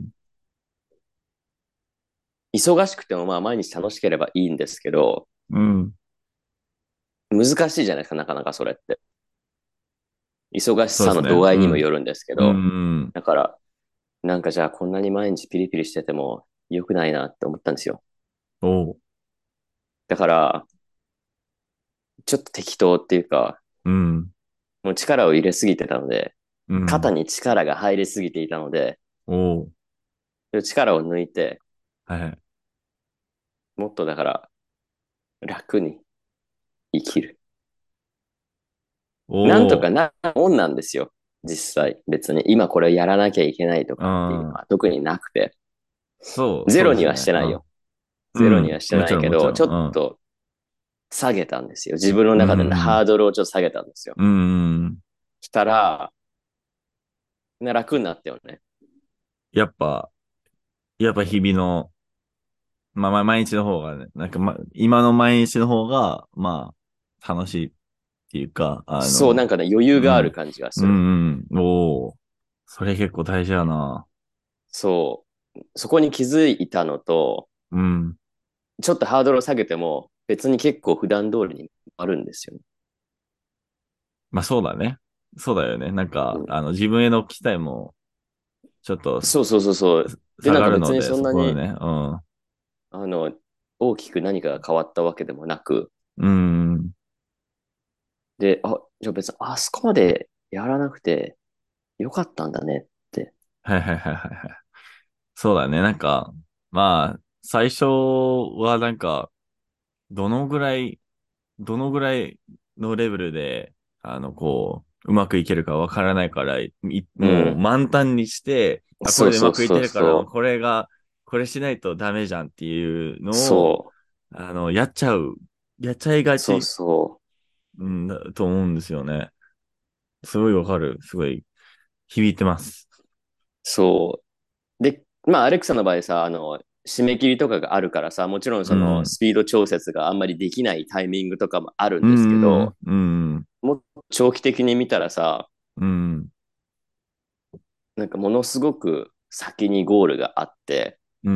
Speaker 2: 忙しくてもまあ毎日楽しければいいんですけど、
Speaker 1: うん。
Speaker 2: 難しいじゃないですか、なかなかそれって。忙しさの
Speaker 1: そうですね。
Speaker 2: 度合いにも
Speaker 1: うん。
Speaker 2: よるんですけ
Speaker 1: う
Speaker 2: ど、
Speaker 1: ん。
Speaker 2: だから、なんかじゃあこんなに毎日ピリピリしてても良くないなって思ったんですよ。
Speaker 1: おう。
Speaker 2: だから、ちょっと適当っていうか、
Speaker 1: うん。
Speaker 2: もう力を入れすぎてたので、
Speaker 1: うん。
Speaker 2: 肩に力が入りすぎていたので、
Speaker 1: おう。
Speaker 2: 力を抜いて、
Speaker 1: はいはい。
Speaker 2: もっとだから楽に生きる。なんと
Speaker 1: おう。
Speaker 2: かなもんなんですよ。実際。別に今これやらなきゃいけないと
Speaker 1: う
Speaker 2: かっていうの
Speaker 1: ん。
Speaker 2: は特になくて。
Speaker 1: そう、
Speaker 2: ゼロにはし
Speaker 1: そうですね。
Speaker 2: てないよ。
Speaker 1: うん。
Speaker 2: ゼロ
Speaker 1: うん。
Speaker 2: にはして
Speaker 1: もちろん、
Speaker 2: ないけど、
Speaker 1: もちろん。
Speaker 2: ちょっ
Speaker 1: うん。
Speaker 2: と下げたんですよ。自分の
Speaker 1: う
Speaker 2: 中でのハー
Speaker 1: ん。
Speaker 2: ドルをちょっと下げたんですよ。
Speaker 1: うん。うん。
Speaker 2: したら、な楽になったよね。
Speaker 1: やっぱ、やっぱ日々の、まあまあ毎日の方がね、なんかま、今の毎日の方が、まあ、楽しいっていうか、あ
Speaker 2: そう、なん
Speaker 1: の、
Speaker 2: かね、余裕がある
Speaker 1: うん。う
Speaker 2: 感じがする。
Speaker 1: んうん。おお。それ結構大事やな。
Speaker 2: そう。そこに気づいたのと、
Speaker 1: うん。
Speaker 2: ちょっとハードルを下げても、別に結構普段通りにあるんですよね。
Speaker 1: まあそうだね。そうだよね。なんか、
Speaker 2: うん、
Speaker 1: あの、自分への期待も、ちょっと
Speaker 2: そうそうそうそう。で、
Speaker 1: 下
Speaker 2: なんか別に
Speaker 1: がるので、そ
Speaker 2: そんなに、
Speaker 1: こでね。うん。
Speaker 2: あの、大きく何かが変わったわけでもなく、
Speaker 1: うん。
Speaker 2: で、あ、じゃあ別にあそこまでやらなくてよかったんだねって。
Speaker 1: はいはいはいはいはい。そうだね。なんか、まあ、最初はなんか、どのぐらい、どのぐらいのレベルで、あの、こう、うまくいけるかわからないから、いもう
Speaker 2: うん。
Speaker 1: 満タンにして、あ、こ
Speaker 2: そう
Speaker 1: れでうまくいっ
Speaker 2: そうそう
Speaker 1: てるから、
Speaker 2: そ
Speaker 1: これが、これしないとダメじゃんっていう
Speaker 2: う。
Speaker 1: のを、
Speaker 2: そう。
Speaker 1: あの、やっちゃう、やっちゃいが
Speaker 2: そう
Speaker 1: ち、
Speaker 2: そう。
Speaker 1: うん、だと思うんですよね。すごいわかる。すごい響いてます。
Speaker 2: そう。で、まあ、アレクサの場合さ、あの、締め切りとかがあるからさ、もちろんその
Speaker 1: うん、
Speaker 2: スピード調節があんまりできないタイミングとかもある
Speaker 1: う
Speaker 2: んですけ
Speaker 1: ん、
Speaker 2: ど、
Speaker 1: うん、
Speaker 2: もう長期的に見たらさ、
Speaker 1: うん、
Speaker 2: なんかものすごく先にゴールがあって、
Speaker 1: うん、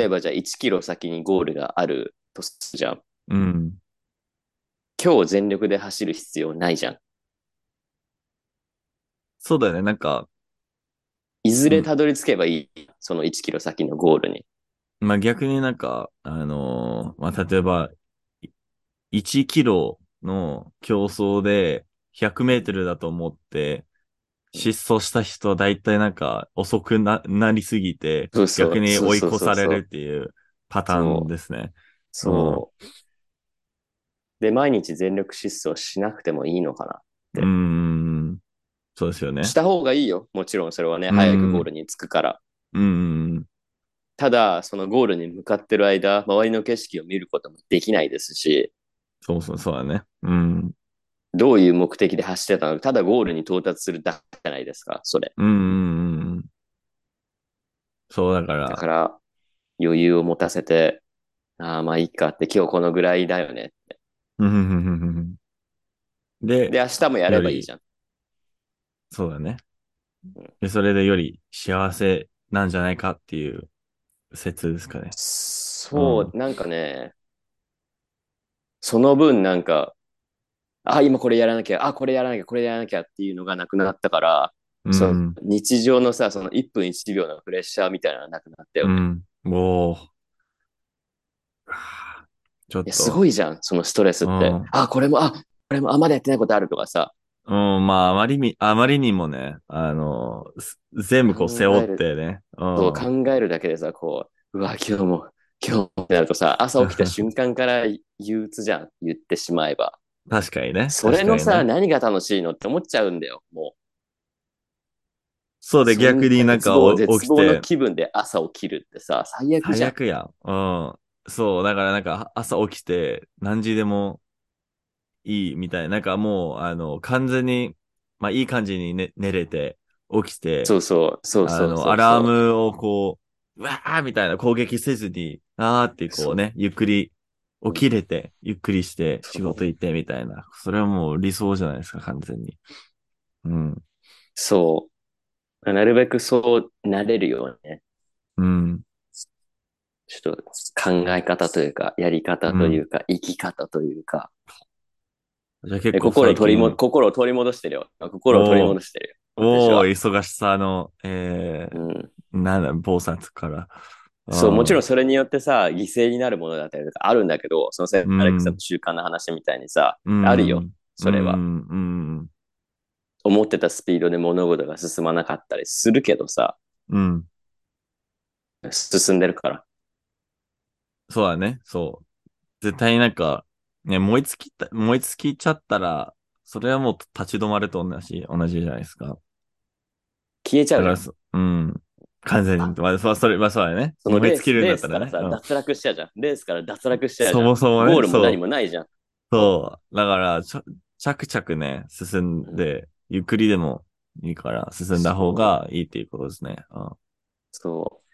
Speaker 2: 例えばじゃあいちキロ先にゴールがあるとするじゃん。
Speaker 1: うん。
Speaker 2: 今日全力で走る必要ないじゃん。
Speaker 1: そうだよね。なんか、
Speaker 2: いず
Speaker 1: うん、
Speaker 2: れたどり着けばいい。そのいちキロ先のゴールに。
Speaker 1: まあ逆になんか、あのーまあ例えば、いいちキロの競争でひゃくメートルだと思って失走した人は大体なんか遅くな、なりすぎて
Speaker 2: そうそう、
Speaker 1: 逆に追い
Speaker 2: そうそう
Speaker 1: 越される
Speaker 2: そうそう。
Speaker 1: っていうパターン
Speaker 2: そう、
Speaker 1: ですね。うん。
Speaker 2: そう。で、毎日全力疾走しなくてもいいのかなっ
Speaker 1: うー
Speaker 2: て。
Speaker 1: ん。そうですよね。
Speaker 2: した方がいいよ。もちろんそれはね、
Speaker 1: うー
Speaker 2: 早くゴー
Speaker 1: ん。
Speaker 2: ルに着くから。
Speaker 1: うーん。
Speaker 2: ただ、そのゴールに向かってる間、周りの景色を見ることもできないですし、
Speaker 1: そうそう、そうだね。うん。
Speaker 2: どういう目的で走ってたのか、ただゴールに到達するだけじゃないですか、それ。
Speaker 1: うん。うんうん。そうだから、
Speaker 2: だから、余裕を持たせて、ああ、まあいいかって、今日このぐらいだよね。
Speaker 1: うんうんうんうんうんで、
Speaker 2: で、明日もやれ
Speaker 1: より、
Speaker 2: ばいいじゃん。
Speaker 1: そうだね。
Speaker 2: うん、
Speaker 1: で、それでより幸せなんじゃないかっていう説ですかね。うん。
Speaker 2: そう、なんかね、その分なんか、あ、今これやらなきゃ、あ、これやらなきゃ、これやらなきゃっていうのがなくなったから、その
Speaker 1: うん。
Speaker 2: 日常のさ、そのいっぷんいちびょうのプレッシャーみたいなのがなくなったよね。
Speaker 1: うん。もう、はあちょっ
Speaker 2: いや、す
Speaker 1: と、
Speaker 2: ごいじゃん、そのストレスって。
Speaker 1: うん。
Speaker 2: あ、これも、あ、これも、あ、まだやってないことあるとかさ、
Speaker 1: うん、まあ、あまりに、あまりにもね、あの、す全部こう背負っ
Speaker 2: 考える、
Speaker 1: てね。う
Speaker 2: そう
Speaker 1: ん。
Speaker 2: 考えるだけでさ、こう、うわ、今日も、今日もってなるとさ、朝起きた瞬間から憂鬱じゃん、言ってしまえば。
Speaker 1: 確かにね。
Speaker 2: それのさ、
Speaker 1: 確かにね。
Speaker 2: 何が楽しいのって思っちゃうんだよ、もう。
Speaker 1: そうで
Speaker 2: そん
Speaker 1: 逆になん
Speaker 2: 絶望、
Speaker 1: かお
Speaker 2: 絶望の
Speaker 1: 起きて、
Speaker 2: 気分で朝起きるってさ、最悪じゃん。
Speaker 1: 最悪やん。うん。そう、だからなんか朝起きて何時でもいいみたいな。なんかもう、あの、完全に、まあいい感じに、ね、寝れて、起きて、
Speaker 2: そうそう、そうそう
Speaker 1: あの、ア
Speaker 2: そうそ
Speaker 1: ラームをこう、 うわーみたいな攻撃せずに、あーってこう
Speaker 2: そ
Speaker 1: ね、ゆっくり
Speaker 2: う。
Speaker 1: 起
Speaker 2: うん、
Speaker 1: きれて、ゆっくりして仕
Speaker 2: そう。
Speaker 1: 事行ってみたいな。それはもう理想じゃないですか、完全に。うん。
Speaker 2: そう。なるべくそうなれるようにね。
Speaker 1: うん。
Speaker 2: ちょっと考え方というか、やり方
Speaker 1: うん。
Speaker 2: というか、生き方というか、
Speaker 1: じゃあ結
Speaker 2: で
Speaker 1: 構
Speaker 2: 心を取りも、
Speaker 1: 最近、
Speaker 2: 心を取り戻してるよ。心を取り
Speaker 1: おー、
Speaker 2: 戻してるよ。私
Speaker 1: おー、
Speaker 2: は。
Speaker 1: 忙しさの、え
Speaker 2: うん。
Speaker 1: ー、なんだ、暴殺から。
Speaker 2: そう、もちろん
Speaker 1: あ
Speaker 2: それによってさ、犠牲になるものだったりとかあるんだけど、そのセ
Speaker 1: う
Speaker 2: アレクサの
Speaker 1: ん、
Speaker 2: 習慣の話みたいにさ、
Speaker 1: う
Speaker 2: あるよ。
Speaker 1: ん、う
Speaker 2: それは。
Speaker 1: ん、うん、
Speaker 2: 思ってたスピードで物事が進まなかったりするけどさ、
Speaker 1: うん。
Speaker 2: 進んでるから。
Speaker 1: そうだね、そう。絶対になんか、ね、燃え尽きた、燃え尽きちゃったら、それはもう立ち止まると同じ、同じじゃないですか。
Speaker 2: 消えちゃうじゃん。
Speaker 1: だからそ、うん。完全に、まあ、そそれ、まあそうだね。
Speaker 2: そのレース、
Speaker 1: 燃え尽きるん
Speaker 2: レ
Speaker 1: だったらね。
Speaker 2: ースからさ、
Speaker 1: うん。
Speaker 2: 脱落しちゃうじゃん。レースから脱落しちゃう
Speaker 1: そ
Speaker 2: じゃん。
Speaker 1: もそもね、
Speaker 2: ゴールも何
Speaker 1: そう。
Speaker 2: もないじゃん。そ
Speaker 1: そう。だから、ちょ、着々ね、進
Speaker 2: う。うん、
Speaker 1: んで、ゆっくりでもいいから進んだ方
Speaker 2: そう。
Speaker 1: がいいっていうことですね。
Speaker 2: そう。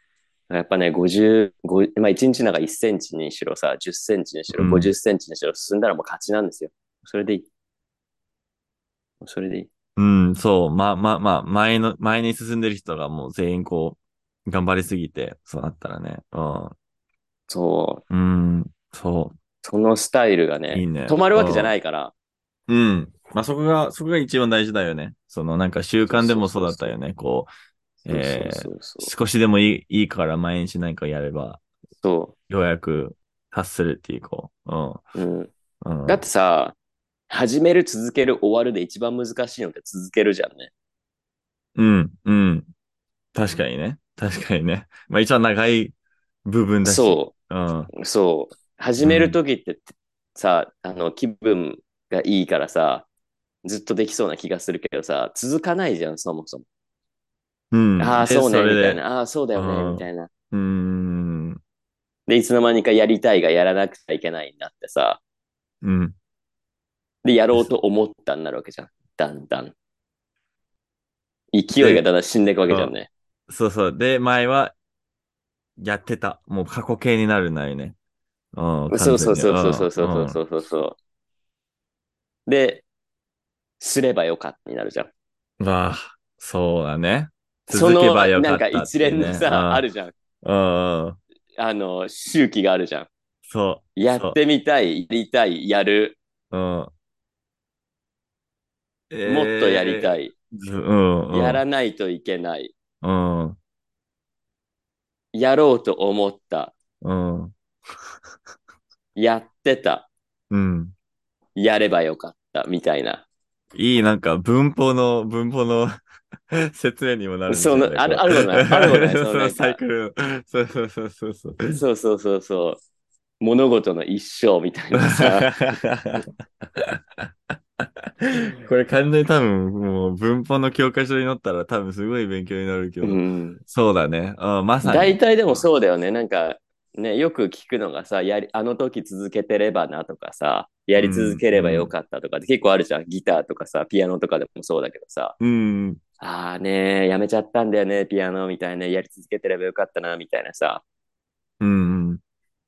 Speaker 2: やっぱね、ごじゅう、ごまあいちにちなんかいっセンチにしろさ、じゅっセンチにしろ、50
Speaker 1: うん。
Speaker 2: センチにしろ進んだらもう勝ちなんですよ。それでいい。それでいい。
Speaker 1: うん、そう。まあまあまあ、前の、前に進んでる人がもう全員こう、頑張りすぎて、そうなったらね。
Speaker 2: そう。
Speaker 1: うん。うん、そ
Speaker 2: そのスタイルが
Speaker 1: う。い
Speaker 2: ね、
Speaker 1: いね。
Speaker 2: 止まるわけじゃ
Speaker 1: うん。
Speaker 2: ないから、
Speaker 1: うん。まあそこが、そこが一番大事だよね。そのなんか習
Speaker 2: そうそう
Speaker 1: 慣でもそう
Speaker 2: そうそう。
Speaker 1: だったよね。こう、
Speaker 2: そうそう
Speaker 1: えー、
Speaker 2: そうそう。
Speaker 1: 少しでもいい、いいから毎日何かやれば、
Speaker 2: そ
Speaker 1: ようやく達するっていう、こう。
Speaker 2: う。うん。
Speaker 1: うん。
Speaker 2: だっ
Speaker 1: うん。
Speaker 2: てさ、始める、続ける、終わるで一番難しいのって続けるじゃんね。
Speaker 1: うん。うん。確かにね。確かにね。まあ一番長い部分だし。
Speaker 2: そ
Speaker 1: うん。
Speaker 2: う。そう。始める
Speaker 1: うん。
Speaker 2: ときってさ、あの、気分がいいからさ、ずっとできそうな気がするけどさ、続かないじゃん、そもそも。
Speaker 1: うん。
Speaker 2: ああ、
Speaker 1: で、
Speaker 2: そうね、
Speaker 1: それで、
Speaker 2: みたいな。ああ、そうだ
Speaker 1: う
Speaker 2: よね、み
Speaker 1: ん。う
Speaker 2: たいな。
Speaker 1: ーん。
Speaker 2: で、いつの間にかやりたいがやらなくちゃいけないんだってさ。
Speaker 1: うん。
Speaker 2: で、やろう
Speaker 1: です。
Speaker 2: と思ったんなるわけじゃん。だんだん。勢いが
Speaker 1: で、
Speaker 2: だんだん死んでいくわけじゃん
Speaker 1: うん
Speaker 2: ね。
Speaker 1: そうそう。で、前はやってた。もう過去形になるないね。うん、完全に。う
Speaker 2: そうそうそうそうそう
Speaker 1: ん、
Speaker 2: そうそう
Speaker 1: うん。
Speaker 2: そうそう。で、すればよかったになるじゃん。
Speaker 1: わあ、そうだね。続け
Speaker 2: その、
Speaker 1: ばよかったっ
Speaker 2: なんか一
Speaker 1: ていうね。う
Speaker 2: 連のさ、あ
Speaker 1: ん、
Speaker 2: るじゃん。
Speaker 1: うん、うん。
Speaker 2: あの、周期があるじゃん。
Speaker 1: そう、そ
Speaker 2: やってみたい、やりたい、やる。
Speaker 1: う。うん。
Speaker 2: もっとやりた
Speaker 1: ええ
Speaker 2: い。
Speaker 1: ずうん、うん、
Speaker 2: やらないといけない。
Speaker 1: うん、
Speaker 2: やろうと思った。
Speaker 1: うん、
Speaker 2: やってた。
Speaker 1: うん。
Speaker 2: やればよかった。みたいな。
Speaker 1: いい、なんか、文法の、文法の説明にもなるんじ
Speaker 2: その、
Speaker 1: ゃない
Speaker 2: ある、
Speaker 1: こう。
Speaker 2: あることない。あることない。その
Speaker 1: その
Speaker 2: なんか、
Speaker 1: サイクル。そうそうそうそうそう。
Speaker 2: そうそうそうそう。物事の一生みたいなさ。
Speaker 1: これ完全に多分、もう文法の教科書に載ったら多分すごい勉強になるけ
Speaker 2: う
Speaker 1: ど。
Speaker 2: ん。
Speaker 1: そうだね。うん、まさに。
Speaker 2: 大体でも
Speaker 1: うん。
Speaker 2: そうだよね。なんか、ね、よく聞くのがさ、やり、あの時続けてればなとかさ、やり続
Speaker 1: うん。
Speaker 2: ければよ
Speaker 1: うん。
Speaker 2: かったとかって結構あるじゃん。ギターとかさ、ピアノとかでもそうだけどさ。
Speaker 1: うん。
Speaker 2: ああね、やめちゃったんだよね、ピアノみたいな。やり続けてればよかったな、みたいなさ。
Speaker 1: うん。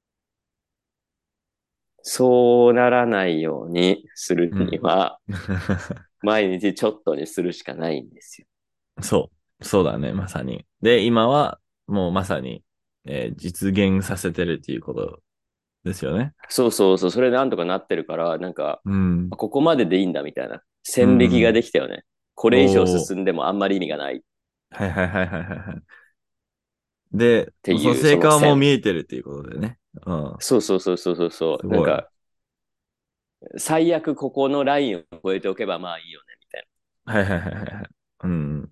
Speaker 2: そうならないようにする
Speaker 1: うん。
Speaker 2: には、毎日ちょっとにするしかないんですよ。
Speaker 1: そう。そうだね。まさに。で、今はもうまさに、えー実現させてるっていうことですよね。
Speaker 2: そうそうそう、それなんとかなってるから、なんか、
Speaker 1: うん。
Speaker 2: ここまででいいんだみたいな。
Speaker 1: う
Speaker 2: 線引きが
Speaker 1: ん。
Speaker 2: できたよね。これ以上
Speaker 1: おー。
Speaker 2: 進んでもあんまり意味がないっ
Speaker 1: はいはいはいはいはいはい。で、その
Speaker 2: ていう、そ
Speaker 1: 成果はもう
Speaker 2: の線。
Speaker 1: 見えてるっていうことでね。うん。
Speaker 2: そうそうそうそうそうそう。なん
Speaker 1: すごい。
Speaker 2: か、最悪ここのラインを超えておけばまあいいよね、みたいな。
Speaker 1: はいはいはいはいはい。うん。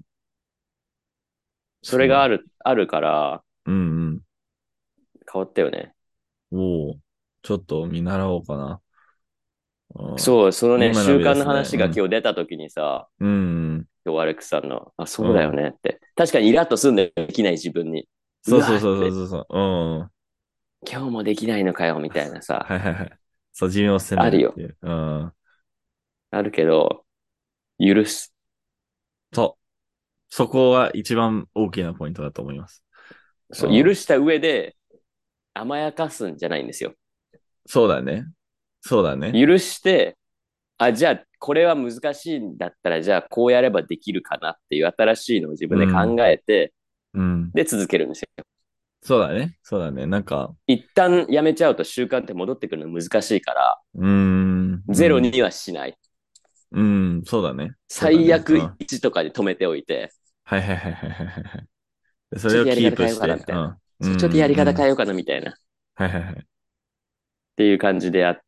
Speaker 2: そ
Speaker 1: そうだ。
Speaker 2: れがある、あるから
Speaker 1: うんうん。
Speaker 2: 変わったよね。
Speaker 1: おお。ちょっと見習おうかな。う
Speaker 2: そう、その
Speaker 1: ん。いい
Speaker 2: ね、習慣の
Speaker 1: 学びですね。うん。
Speaker 2: 話が今日出た時にさ、
Speaker 1: うん
Speaker 2: 今日アレックスさんの、あ、
Speaker 1: うん。
Speaker 2: そうだよ
Speaker 1: うん。
Speaker 2: ねって。確かにイラッとすんでできない自分に。う
Speaker 1: そうそうそうそう
Speaker 2: わーって、
Speaker 1: そうそう。うん。
Speaker 2: 今日もできないのかよ、みたいなさ、
Speaker 1: はいはいはい。そう、自分を責め
Speaker 2: あるよ。
Speaker 1: るっていう。うん。
Speaker 2: あるけど、許す。
Speaker 1: そう。そこは一番大きなポイントだと思います。
Speaker 2: そう、
Speaker 1: うん。
Speaker 2: 許した上で甘やかすんじゃないんですよ。
Speaker 1: そうだね。そうだね。
Speaker 2: 許して、あ、じゃあ、これは難しいんだったら、じゃあ、こうやればできるかなっていう新しいのを自分で考
Speaker 1: うん。
Speaker 2: えて、
Speaker 1: うん。
Speaker 2: で、続けるんですよ。
Speaker 1: そうだね。そうだね。なんか、
Speaker 2: 一旦やめちゃうと習慣って戻ってくるの難しいから、
Speaker 1: うーん。うん。
Speaker 2: ゼロにはしない。
Speaker 1: うん。そうだね。そうだね。う
Speaker 2: 最悪
Speaker 1: ん。
Speaker 2: いちとかで止めておいて、
Speaker 1: はいはいはいはいはいはい。でそ
Speaker 2: ちょっとやり
Speaker 1: れをキー
Speaker 2: 方変えようかな、
Speaker 1: プして、
Speaker 2: みたいな。
Speaker 1: うん。う
Speaker 2: そう、ちょっとや
Speaker 1: ん。
Speaker 2: り
Speaker 1: うん。
Speaker 2: 方変えようかな、みたいな。っ
Speaker 1: はいはいはい。
Speaker 2: ていう感じでやって、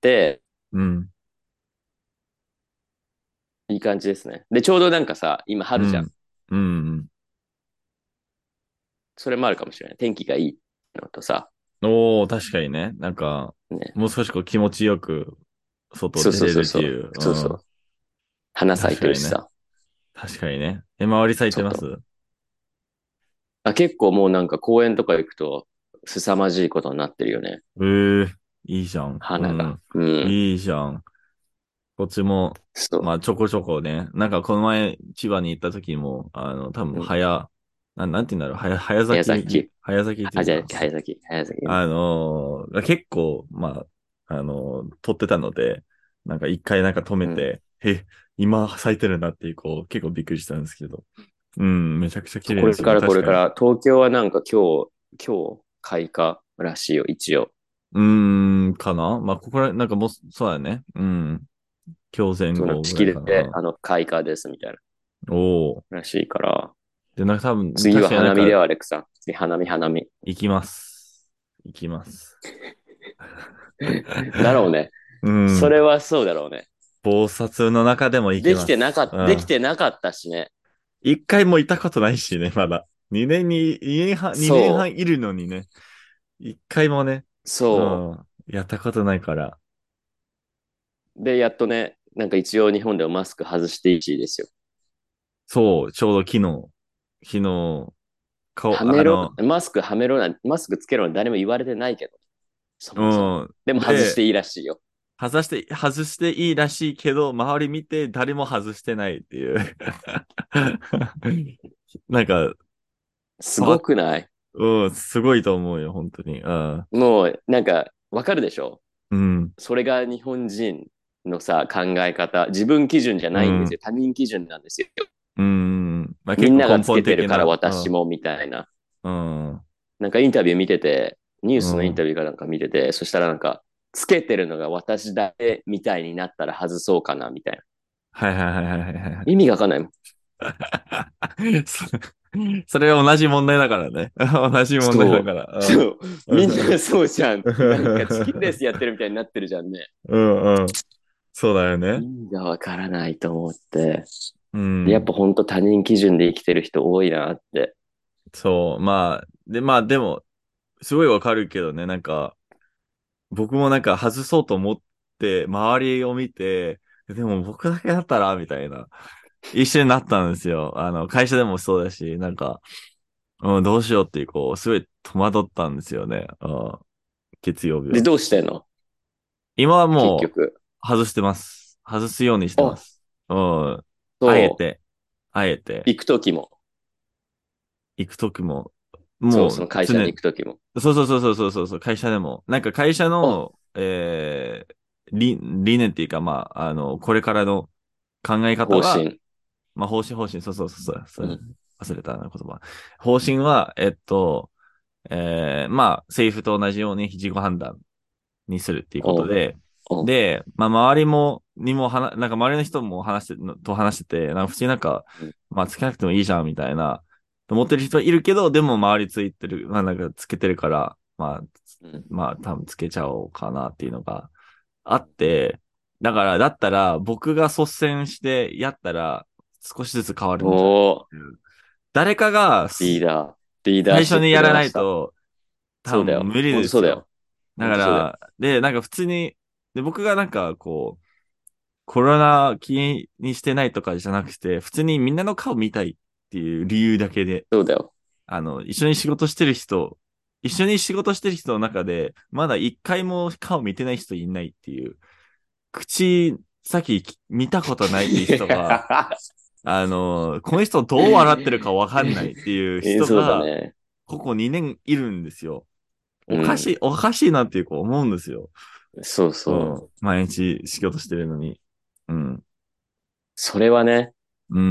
Speaker 1: うん。
Speaker 2: いい感じですね。で、ちょうどなんかさ、今春じゃん。
Speaker 1: うん。うん。
Speaker 2: それもあるかもしれない。天気がいいのとさ、
Speaker 1: おー、確かにね。なんか、
Speaker 2: ね。
Speaker 1: もう少しこう気持ちよく外
Speaker 2: そうそう
Speaker 1: 出れ
Speaker 2: そうそう。
Speaker 1: るっていう。うん。
Speaker 2: そうそう。花咲い
Speaker 1: 確かにね。
Speaker 2: てるしさ。
Speaker 1: 確かにね。え、周り咲いてます？
Speaker 2: 外。あ、結構もうなんか公園とか行くと、凄まじいことになってるよね。
Speaker 1: ええー、いいじゃん。う
Speaker 2: 花が。
Speaker 1: ん。
Speaker 2: うん。
Speaker 1: いいじゃん。こっちも、
Speaker 2: そう。
Speaker 1: まあ、ちょこちょこね。なんか、この前、千葉に行った時も、あの、多分、
Speaker 2: うん。
Speaker 1: 早、な、なんて言うんだろう、早、早咲き、
Speaker 2: 早咲き。
Speaker 1: 早咲きってい
Speaker 2: あ、じゃあ、
Speaker 1: うか、
Speaker 2: 早咲き。早咲き。
Speaker 1: あのー結構、まあ、あのー撮ってたので、なんか一回なんか止め
Speaker 2: うん。
Speaker 1: て、え、今咲いてるなっていう、こう、結構びっくりしたんですけど。うん、めちゃくちゃ綺麗ですよね。
Speaker 2: これからこ
Speaker 1: 確かに。
Speaker 2: れから、東京はなんか今日、今日、開花らしいよ、一応。
Speaker 1: うーん、かなまあ、ここら、なんかもう、そうだね。うん。今日前
Speaker 2: その
Speaker 1: 後ぐらいか
Speaker 2: 式で、
Speaker 1: な。
Speaker 2: あの、開花です、みたいな。
Speaker 1: うん。おお。
Speaker 2: らしいから、
Speaker 1: で、なんか多分、
Speaker 2: 次は
Speaker 1: 確かになんか、
Speaker 2: 花見では、アレクさん。次、花見、花見。
Speaker 1: 行きます。行きます。
Speaker 2: だろうね。
Speaker 1: うん。
Speaker 2: それはそうだろうね。
Speaker 1: 暴殺の中でも行き
Speaker 2: でき
Speaker 1: ます。
Speaker 2: てなかっ、でき
Speaker 1: うん。
Speaker 2: てなかったしね。
Speaker 1: 一回もいたことないしね、まだ。二年に、二年半、二年半
Speaker 2: そ
Speaker 1: いるのにね。一回もね、
Speaker 2: う、そ
Speaker 1: うん。やったことないから。
Speaker 2: う。で、やっとね、なんか一応日本でもマスク外していいらしいですよ。
Speaker 1: そう、ちょうど昨日、昨日、顔、
Speaker 2: はめろ、
Speaker 1: あの、
Speaker 2: マスクはめろな、マスクつけろなんて誰も言われてないけど、そもそも。
Speaker 1: うん。
Speaker 2: でも外して
Speaker 1: で、
Speaker 2: いいらしいよ。
Speaker 1: 外して、外していいらしいけど、周り見て誰も外してないっていうなんか、
Speaker 2: すご
Speaker 1: 変わっ、
Speaker 2: くない？
Speaker 1: うん、すごいと思うよ、本当に。うん。
Speaker 2: もう、なんか、わかるでしょ？
Speaker 1: うん。
Speaker 2: それが日本人のさ、考え方。自分基準じゃ
Speaker 1: うん。
Speaker 2: ないんですよ。他人基準なんですよ。
Speaker 1: うん。まあ
Speaker 2: みんなが
Speaker 1: 結構根
Speaker 2: つけてるから
Speaker 1: 本的な。うん。
Speaker 2: 私もみたいな。
Speaker 1: うん。
Speaker 2: なんかインタビュー見てて、ニュー
Speaker 1: うん。
Speaker 2: スのインタビューかなんか見てて、そしたらなんか、つけてるのが私だけみたいになったら外そうかなみたいな。
Speaker 1: はいはいはいはいはいはい。
Speaker 2: 意味がわかんないもん。
Speaker 1: そそれは同じ問題だからね。同じ問題だか
Speaker 2: そう。
Speaker 1: ら。
Speaker 2: そう。
Speaker 1: うん。
Speaker 2: みんなそうじゃん。なんかチキンレースやってるみたいになってるじゃんね。
Speaker 1: うんうん。そうだよ
Speaker 2: 意
Speaker 1: ね。
Speaker 2: 味がわからないと思って。
Speaker 1: うん。
Speaker 2: やっぱほんと他人基準で生きてる人多いなって。
Speaker 1: そう。まあ、で、まあでも、すごいわかるけどね。なんか、僕もなんか外そうと思って、周りを見て、でも僕だけだったら、みたいな。一緒になったんですよ。あの、会社でもそうだし、なんか、うん、どうしようっていう、こう、すごい戸惑ったんですよね。うん、月曜日
Speaker 2: で、
Speaker 1: は。
Speaker 2: どうしてんの？
Speaker 1: 今はも
Speaker 2: 結局。
Speaker 1: う、外してます。外すようにしてま
Speaker 2: あ、
Speaker 1: す。うん。あえ
Speaker 2: そ
Speaker 1: て、あえて、
Speaker 2: う。行くときも。
Speaker 1: 行くときも、
Speaker 2: そう、
Speaker 1: もう、
Speaker 2: その会社に
Speaker 1: 常に、
Speaker 2: 行くときも。
Speaker 1: そうそうそうそうそうそう、会社でも、なんか会社
Speaker 2: あ、
Speaker 1: の、えー、理、理念っていうか、まあ、あの、これからの考え方は、
Speaker 2: 方針。
Speaker 1: まあ、方針、方針、そうそうそうそう、それ
Speaker 2: うん。
Speaker 1: 忘れたな、言葉。方針は、えっと、えー、まあ、政府と同じように自己判断にするっていうこと
Speaker 2: お、
Speaker 1: で、
Speaker 2: お、
Speaker 1: で、まあ、周りも、にも話、なんか周りの人も話して、のと話してて、なんか普通になんか、
Speaker 2: うん。
Speaker 1: まあ、つけなくてもいいじゃん、みたいな、思ってる人はいるけど、でも周りついてる、まあ、なんかつけてるから、まあ、
Speaker 2: うん。
Speaker 1: まあ、多分つけちゃおうかなっていうのがあって、だから、だったら、僕が率先してやったら、少しずつ変わるんじゃない
Speaker 2: おー、
Speaker 1: っていう。誰かが
Speaker 2: リーダー。リーダー
Speaker 1: 最初
Speaker 2: シップ
Speaker 1: にやら
Speaker 2: 出ました。
Speaker 1: ないと、多
Speaker 2: そうだよ。
Speaker 1: 分無理
Speaker 2: ほんとそうだよ。
Speaker 1: ですよ。だ
Speaker 2: ほんとそうだよ。
Speaker 1: から、で、なんか普通に、で、僕がなんかこう、コロナ気にしてないとかじゃなくて、普通にみんなの顔見たいっていう理由だけで、
Speaker 2: そうだよ。
Speaker 1: あの、一緒に仕事してる人、一緒に仕事してる人の中で、まだ一回も顔見てない人いないっていう、口先見たことないっていう
Speaker 2: い
Speaker 1: 人が、
Speaker 2: や
Speaker 1: あの、この人どう笑ってるかわかんないっていう
Speaker 2: えそうだ
Speaker 1: 人が、
Speaker 2: ね。
Speaker 1: ここにねんいるんですよ。
Speaker 2: うん。
Speaker 1: おかしい、おかしいなっていうこう思うんですよ。
Speaker 2: そう
Speaker 1: う
Speaker 2: そう。
Speaker 1: ん。毎日仕事してるのに。うん。
Speaker 2: それはね、
Speaker 1: うん。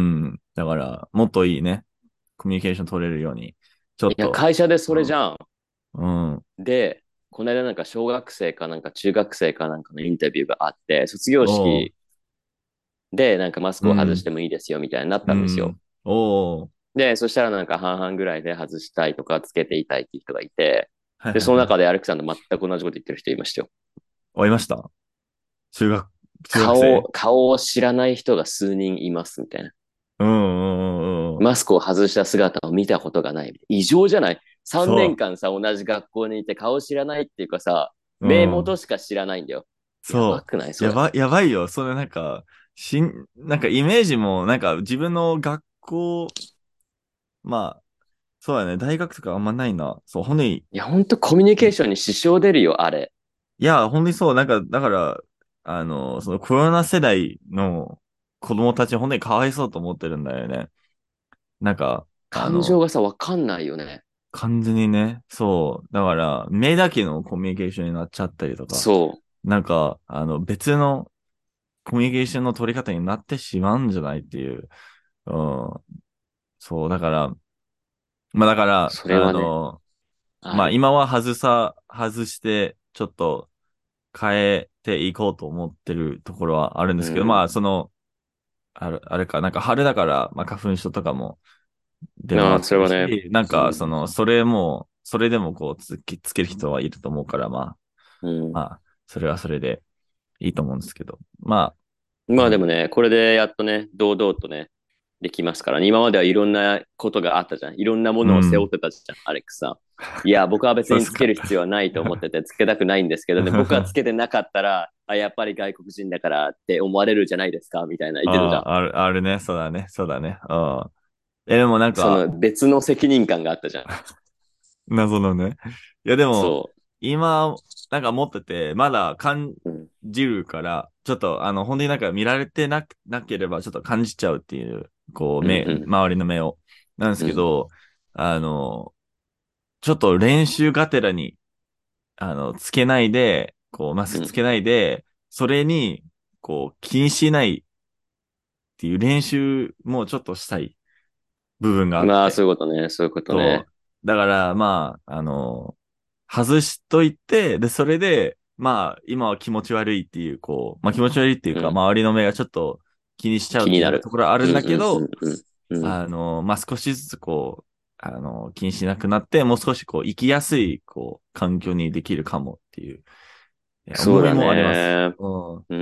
Speaker 1: だから、もっといいね。コミュニケーション取れるように。ちょ
Speaker 2: いや、
Speaker 1: っと、
Speaker 2: 会社でそれじゃん。
Speaker 1: うん。うん。
Speaker 2: で、この間なんか小学生かなんか中学生かなんかのインタビューがあって、卒業
Speaker 1: おう。
Speaker 2: 式でなんかマスクを外し
Speaker 1: うん。
Speaker 2: てもいいですよみたいになったんですよ。
Speaker 1: うん。おう。
Speaker 2: で、そしたらなんか半々ぐらいで外したいとかつけていたいっていう人がいて、で、
Speaker 1: はいはいはい。
Speaker 2: その中でアレクサンド全く同じこと言ってる人いましたよ。
Speaker 1: おいました中学、中学
Speaker 2: 顔、
Speaker 1: 生
Speaker 2: 顔を知らない人が数人いますみたいな。
Speaker 1: うんうんうんうん。
Speaker 2: マスクを外した姿を見たことがない。異常じゃない？ さん 年
Speaker 1: そ
Speaker 2: 間さ、同じ学校にいて顔知らないっていうかさ、
Speaker 1: う。う
Speaker 2: 目
Speaker 1: ん。
Speaker 2: 元しか知らないんだよ。やば
Speaker 1: そう。
Speaker 2: くないそれ？
Speaker 1: やば、やばいよ。それなんか、しん、なんかイメージも、なんか自分の学校、まあ、そうだね。大学とかあんまないな。そう、ほんとに、
Speaker 2: いや、ほんとコミュニケーションに支障出るよ、あれ。
Speaker 1: いや、ほんとにそう。なんか、だから、あの、そのコロナ世代の子供たち、ほんとにかわいそうと思ってるんだよね。なんか、あの、
Speaker 2: 感情がさ、わかんないよね。
Speaker 1: 完全にね、そう。だから、目だけのコミュニケーションになっちゃったりとか、
Speaker 2: そ
Speaker 1: なんか、あの、別のコミュニケーションの取り方になってしまうんじゃないっていう。うん。そう、だから、まあだか
Speaker 2: う。
Speaker 1: ら、あ
Speaker 2: それはね、
Speaker 1: の、まあ
Speaker 2: ある。
Speaker 1: 今は外さ、外して、ちょっと変えていこうと思ってるところはあるんですけど、ま
Speaker 2: うん。
Speaker 1: あその、あれ、あれか、なんか春だから、まあ花粉症とかも出
Speaker 2: ああ、
Speaker 1: 回って
Speaker 2: それはね、
Speaker 1: るし、なんかそ
Speaker 2: うん。
Speaker 1: の、それも、それでもこうつけ、つける人はいると思うから、まあ、
Speaker 2: うん。
Speaker 1: まあ、それはそれでいいと思うんですけど、まあ、あの、
Speaker 2: まあでもね、これでやっとね、堂々とね、できますからね。今まではいろんなことがあったじゃん。いろんなものを背負っ
Speaker 1: うん。
Speaker 2: てたじゃん、アレックスさん。いや、僕は別につけ
Speaker 1: そうですか。
Speaker 2: る必要はないと思ってて、つけたくないんですけどね、僕はつけてなかったら、あ、やっぱり外国人だからって思われるじゃないですか、みたいな言ってたじゃん。
Speaker 1: ああ、ある、あるね。そうだね。そうだね。うん。え、でもなんか、
Speaker 2: その別の責任感があったじゃん。
Speaker 1: 謎のね。いや、でも、
Speaker 2: そ
Speaker 1: 今、なんか持ってて、まだ感
Speaker 2: う。うん。
Speaker 1: じるから、ちょっと、あの、本当になんか見られてなく、なければ、ちょっと感じちゃうっていう、こう、
Speaker 2: うん
Speaker 1: 目、
Speaker 2: うん。
Speaker 1: 周りの目を。なんです
Speaker 2: うん。
Speaker 1: けど、あの、ちょっと練習がてらに、あの、つけないで、こう、マス
Speaker 2: うん。
Speaker 1: クつけないで、それに、こう、気にしないっていう練習もちょっとしたい部分があっ
Speaker 2: まあ、
Speaker 1: て。
Speaker 2: そういうことね。そういうことね。
Speaker 1: そう。だから、まあ、あの、外しといて、で、それで、まあ、今は気持ち悪いっていう、こう、まあ気持ち悪いっていうか、
Speaker 2: うん。
Speaker 1: 周りの目がちょっと気にしちゃうっていうと
Speaker 2: 気になる。
Speaker 1: ころはあるん
Speaker 2: うんうんう
Speaker 1: だけど、
Speaker 2: んうん。うん。
Speaker 1: あの、まあ少しずつこう、あの、気にしなくなって、もう少しこう、生きやすい、こう、環境にできるかもっていう、いや
Speaker 2: そうだ
Speaker 1: 思いもあります。
Speaker 2: ね。
Speaker 1: うん。
Speaker 2: うん。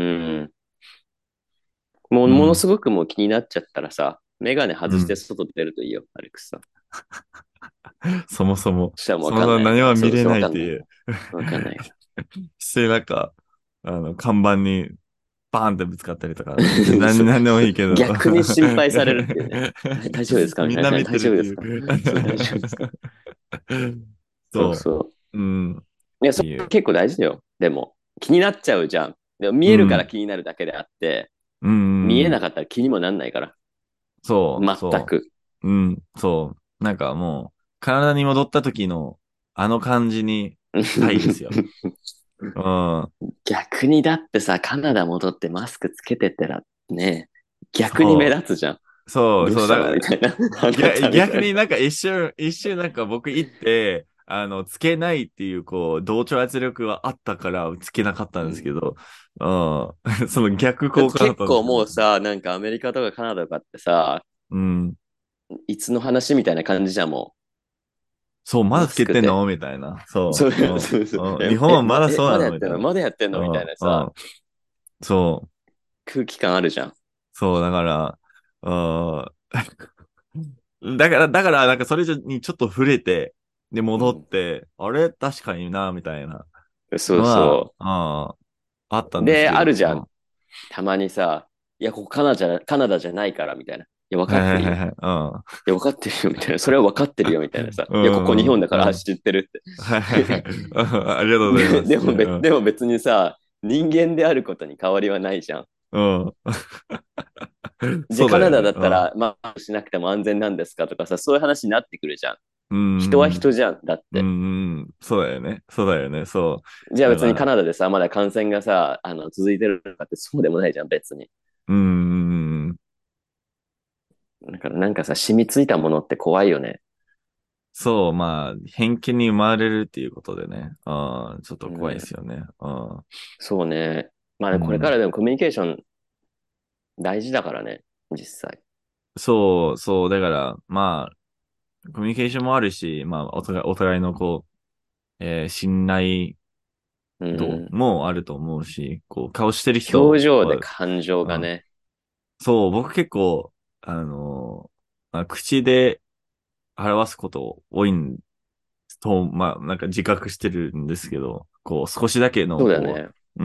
Speaker 2: もう、もの
Speaker 1: うん。
Speaker 2: すごくもう気になっちゃったらさ、メガネ外して
Speaker 1: うん。
Speaker 2: 外出るといいよ、アレックスさん。
Speaker 1: そもそも、
Speaker 2: そしたらもう
Speaker 1: そもそも
Speaker 2: わかんないから。そう
Speaker 1: 何も見れ
Speaker 2: そう、わかんないか
Speaker 1: ないっていう、
Speaker 2: ら。わかんないから。
Speaker 1: してなんか、あの、看板にバーンってぶつかったりとか、別に何、
Speaker 2: そう
Speaker 1: 何でも
Speaker 2: そう
Speaker 1: いいけど。
Speaker 2: 逆に心配されるっていうね。大大丈夫ですかみたいな。
Speaker 1: みんな見て
Speaker 2: 大丈夫ですか？
Speaker 1: るっていう。
Speaker 2: そう、大丈夫ですか？そう
Speaker 1: そ
Speaker 2: そ
Speaker 1: う。うん。っ
Speaker 2: う。いや、そ
Speaker 1: ていう。
Speaker 2: れ結構大事だよ。でも、気になっちゃうじゃん。でも見えるから
Speaker 1: うん。
Speaker 2: 気になるだけであって、
Speaker 1: うん。
Speaker 2: 見えなかったら気にもなんないから。
Speaker 1: そう、そ
Speaker 2: 全く。
Speaker 1: う。うん。そう。なんかもう、体に戻った時の、あの感じにしたいですよ。うん。
Speaker 2: 逆にだってさ、カナダ戻ってマスクつけてったらね、逆に目
Speaker 1: そ
Speaker 2: 立つじゃん。
Speaker 1: う。そう、そう。
Speaker 2: どうした
Speaker 1: だから、
Speaker 2: のみたいな。あな
Speaker 1: 逆、
Speaker 2: たみたいな。
Speaker 1: 逆になんか一瞬、一瞬なんか僕行って、あの、つけないっていう、こう、同調圧力はあったから、つけなかったんですけ
Speaker 2: うん。
Speaker 1: ど、うん。その逆
Speaker 2: だって
Speaker 1: 効果だっ
Speaker 2: 結構
Speaker 1: たんですよね。
Speaker 2: もうさ、なんかアメリカとかカナダとかってさ、
Speaker 1: うん。
Speaker 2: いつの話みたいな感じじゃん、も
Speaker 1: そう、
Speaker 2: う。
Speaker 1: まだ
Speaker 2: マスクって。
Speaker 1: つけてんのみたいな。そ
Speaker 2: そう
Speaker 1: う。う
Speaker 2: そうそう。
Speaker 1: ん。うん。日
Speaker 2: え、え、ま、
Speaker 1: 本はまだ
Speaker 2: え、
Speaker 1: そうなのみたいな。
Speaker 2: まだやってんのまだやってんのみたい
Speaker 1: うん。
Speaker 2: なさ、
Speaker 1: うん。そう。
Speaker 2: 空気感あるじゃん。
Speaker 1: そう、だから、うん。だから、だから、なんかそれにちょっと触れて、で、戻っ
Speaker 2: うん。
Speaker 1: て、あれ確かにな、みたいな
Speaker 2: そう
Speaker 1: のは、
Speaker 2: そ
Speaker 1: ああ、あった
Speaker 2: う。
Speaker 1: んです
Speaker 2: で、
Speaker 1: けど、
Speaker 2: あるじゃん。
Speaker 1: うん。
Speaker 2: たまにさ、いや、ここカナダじゃ、カナダじゃないからみたいな。いや、分
Speaker 1: はい
Speaker 2: かってるよ。
Speaker 1: はいはいはい。
Speaker 2: いや、分かってるよみたいな。それは分かってるよみたいなさ。
Speaker 1: う
Speaker 2: いや、ここ日
Speaker 1: ん。うん。
Speaker 2: 本だから、あ、
Speaker 1: うん。
Speaker 2: 知ってる
Speaker 1: はいはいはい。
Speaker 2: って。
Speaker 1: うんありがとうござい
Speaker 2: で、
Speaker 1: ます。
Speaker 2: でも別、
Speaker 1: うん。
Speaker 2: でも別にさ、人間であることに変わりはないじゃん。
Speaker 1: うん。
Speaker 2: じゃあカナダ
Speaker 1: そうだよね。うん。
Speaker 2: だったら、まあ、しなくても安全なんですかとかさ、そういう話になってくるじゃん。
Speaker 1: う
Speaker 2: 人は
Speaker 1: ん。
Speaker 2: 人じゃん、だっ
Speaker 1: う
Speaker 2: て。
Speaker 1: ん。そうだよね。そうだよね。そう。
Speaker 2: じゃあ別にカ
Speaker 1: だから、
Speaker 2: ナダでさ、まだ感染がさ、あの、続いてるのかってそうでもないじゃん、別に。
Speaker 1: うん。
Speaker 2: だからなんかさ、染みついたものって怖いよね。
Speaker 1: そう、まあ、偏見に生まれるっていうことでね。あーちょっと怖いで
Speaker 2: うん、
Speaker 1: すよね。あ
Speaker 2: そうね。まあね、これか
Speaker 1: うん。
Speaker 2: らでもコミュニケーション大事だからね、実際。
Speaker 1: そう、そう。だから、まあ、コミュニケーションもあるし、まあ、お互い、お互いのこう、えー信頼
Speaker 2: う
Speaker 1: 度
Speaker 2: ん。
Speaker 1: もあると思うし、こう、顔してる
Speaker 2: 表
Speaker 1: 人は、
Speaker 2: 情で感情
Speaker 1: うん。
Speaker 2: がね。
Speaker 1: そう、僕結構、あのーまあ、口で表すこと多いんと、まあ、なんか自覚してるんですけど、こう、少しだけの、こ
Speaker 2: そうだよね。
Speaker 1: う、うん、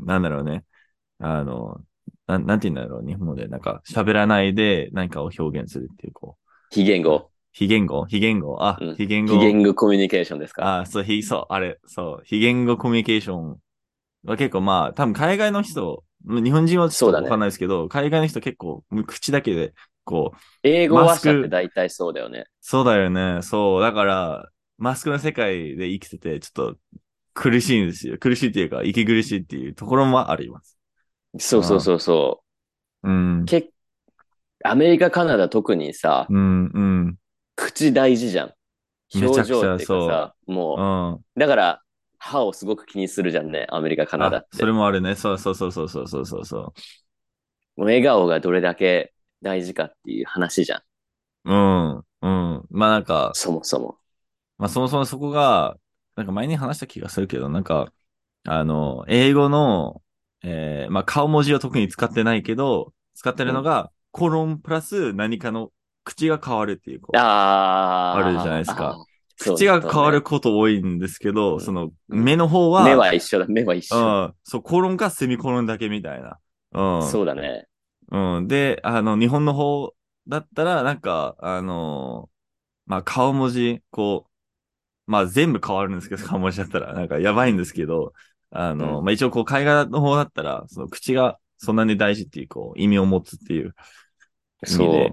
Speaker 1: なんだろうね。あの、なん、なんて言うんだろう、日本語で。なんか、喋らないで何かを表現するっていう、こう、あ
Speaker 2: 非言語。
Speaker 1: 非言語非言語あ、
Speaker 2: うん。
Speaker 1: 非言
Speaker 2: 非
Speaker 1: 語、
Speaker 2: 言語コミュニケーションですか？
Speaker 1: あ、そう、非、そう、あれ、そう、非言語コミュニケーションは結構まあ、多分海外の人、日本人はちょっとわかん
Speaker 2: そうだね。
Speaker 1: ないですけど、海外の人結構、口だけで、こう、
Speaker 2: 英語話者って
Speaker 1: マスク、
Speaker 2: 大体そうだよね。
Speaker 1: そうだよね。そう。だから、マスクの世界で生きてて、ちょっと苦しいんですよ。苦しいっていうか、息苦しいっていうところもあります。
Speaker 2: そうそう
Speaker 1: うん。
Speaker 2: そうそう。
Speaker 1: うん。
Speaker 2: け、アメリカ、カナダ特にさ、
Speaker 1: うん。うん。
Speaker 2: 口大事じゃん。
Speaker 1: めちゃくちゃ、
Speaker 2: 表情っていうか
Speaker 1: そ
Speaker 2: さ、
Speaker 1: う。う
Speaker 2: も
Speaker 1: ん。
Speaker 2: う、だから歯をすごく気にするじゃんね、アメリカ、カナダ
Speaker 1: あ、それ
Speaker 2: って。
Speaker 1: もあるね。そうそうそうそうそうそうそうそ
Speaker 2: もう笑顔がどれだけ大事かっていう話じゃん。
Speaker 1: う。うん。うん。まあなんか、
Speaker 2: そもそも。
Speaker 1: まあそもそもそこが、なんか前に話した気がするけど、なんか、あの、英語の、えーまあ顔文字を特に使ってないけど、使って
Speaker 2: うん。
Speaker 1: るのが、コロンプラス何かの口が変わるっていう、こう、あるじゃない
Speaker 2: あー、
Speaker 1: ですか。
Speaker 2: あー、そうね、
Speaker 1: 口が変わる
Speaker 2: そうね。
Speaker 1: こと多いんですけど、そ
Speaker 2: うん。
Speaker 1: の、
Speaker 2: うん。
Speaker 1: 目の方
Speaker 2: 目
Speaker 1: は、
Speaker 2: は一緒だ、目は一緒。
Speaker 1: うん、そう、コロンかセミコロンだけみたいな。
Speaker 2: そうだね。
Speaker 1: うん。うん。で、あの、日本の方だったら、なんか、あのまあ、顔文字、こう、まあ、全部変わるんですけど、顔文字だったら、なんかやばいんですけど、あの、
Speaker 2: うん。
Speaker 1: まあ、一応、こう、海外の方だったら、その口がそんなに大事っていう、こう、意味を持つっていう意味で、
Speaker 2: そう。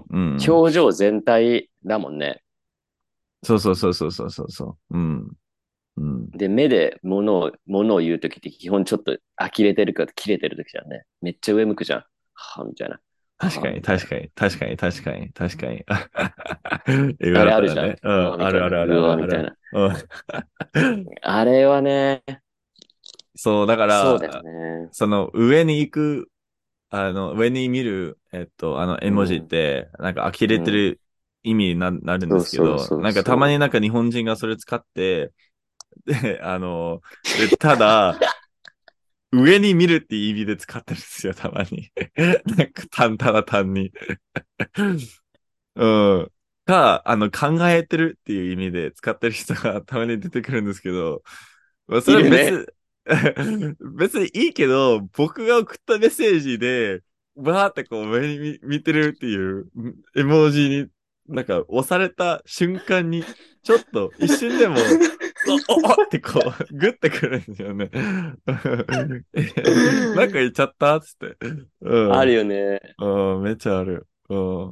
Speaker 1: うん。
Speaker 2: 表情全体だもんね。
Speaker 1: そうそうそうそうそうそうそう。うん。うん。
Speaker 2: で、目で物を、物を言うときって基本ちょっと呆れてるか切れてるときじゃんね。めっちゃ上向くじゃん。はぁ、みたいな。はぁ、
Speaker 1: 確かに、
Speaker 2: みたいな。
Speaker 1: 確かに、確かに、確かに、確かに。英語
Speaker 2: あ
Speaker 1: だ
Speaker 2: れあるじゃん。
Speaker 1: ったらね。うん、
Speaker 2: うわー、みたいな。
Speaker 1: あるあるあ
Speaker 2: うわー、み
Speaker 1: るあるある。
Speaker 2: たいな。
Speaker 1: うん。
Speaker 2: あれはね、
Speaker 1: そう、だか
Speaker 2: そうだよ
Speaker 1: ら、
Speaker 2: ね。
Speaker 1: その上に行く、あの、上に見る、えっと、あの絵文字っ
Speaker 2: うん。
Speaker 1: て、なんか呆
Speaker 2: うん。
Speaker 1: れてる意味にな、なるんで
Speaker 2: そう
Speaker 1: すけど、
Speaker 2: そうそう
Speaker 1: なんかたまに
Speaker 2: そ
Speaker 1: なんか日本人がそれ使って、で、あの、で、ただ、上に見るっていう意味で使ってるんですよ、たまに。なんか単、ただ単に。うん。か、あの、考えてるっていう意味で使ってる人がたまに出てくるんですけど、まあ、
Speaker 2: う。
Speaker 1: それは
Speaker 2: いるね。
Speaker 1: 別、別にいいけど、僕が送ったメッセージで、バーってこう上に見、見てるっていう絵文字に、なんか押された瞬間に、ちょっと一瞬でも、お、お、おってこう、グッてくるんですよね。なんか言っちゃったっつって。うん。
Speaker 2: あるよね。
Speaker 1: うん、めっちゃある。うん。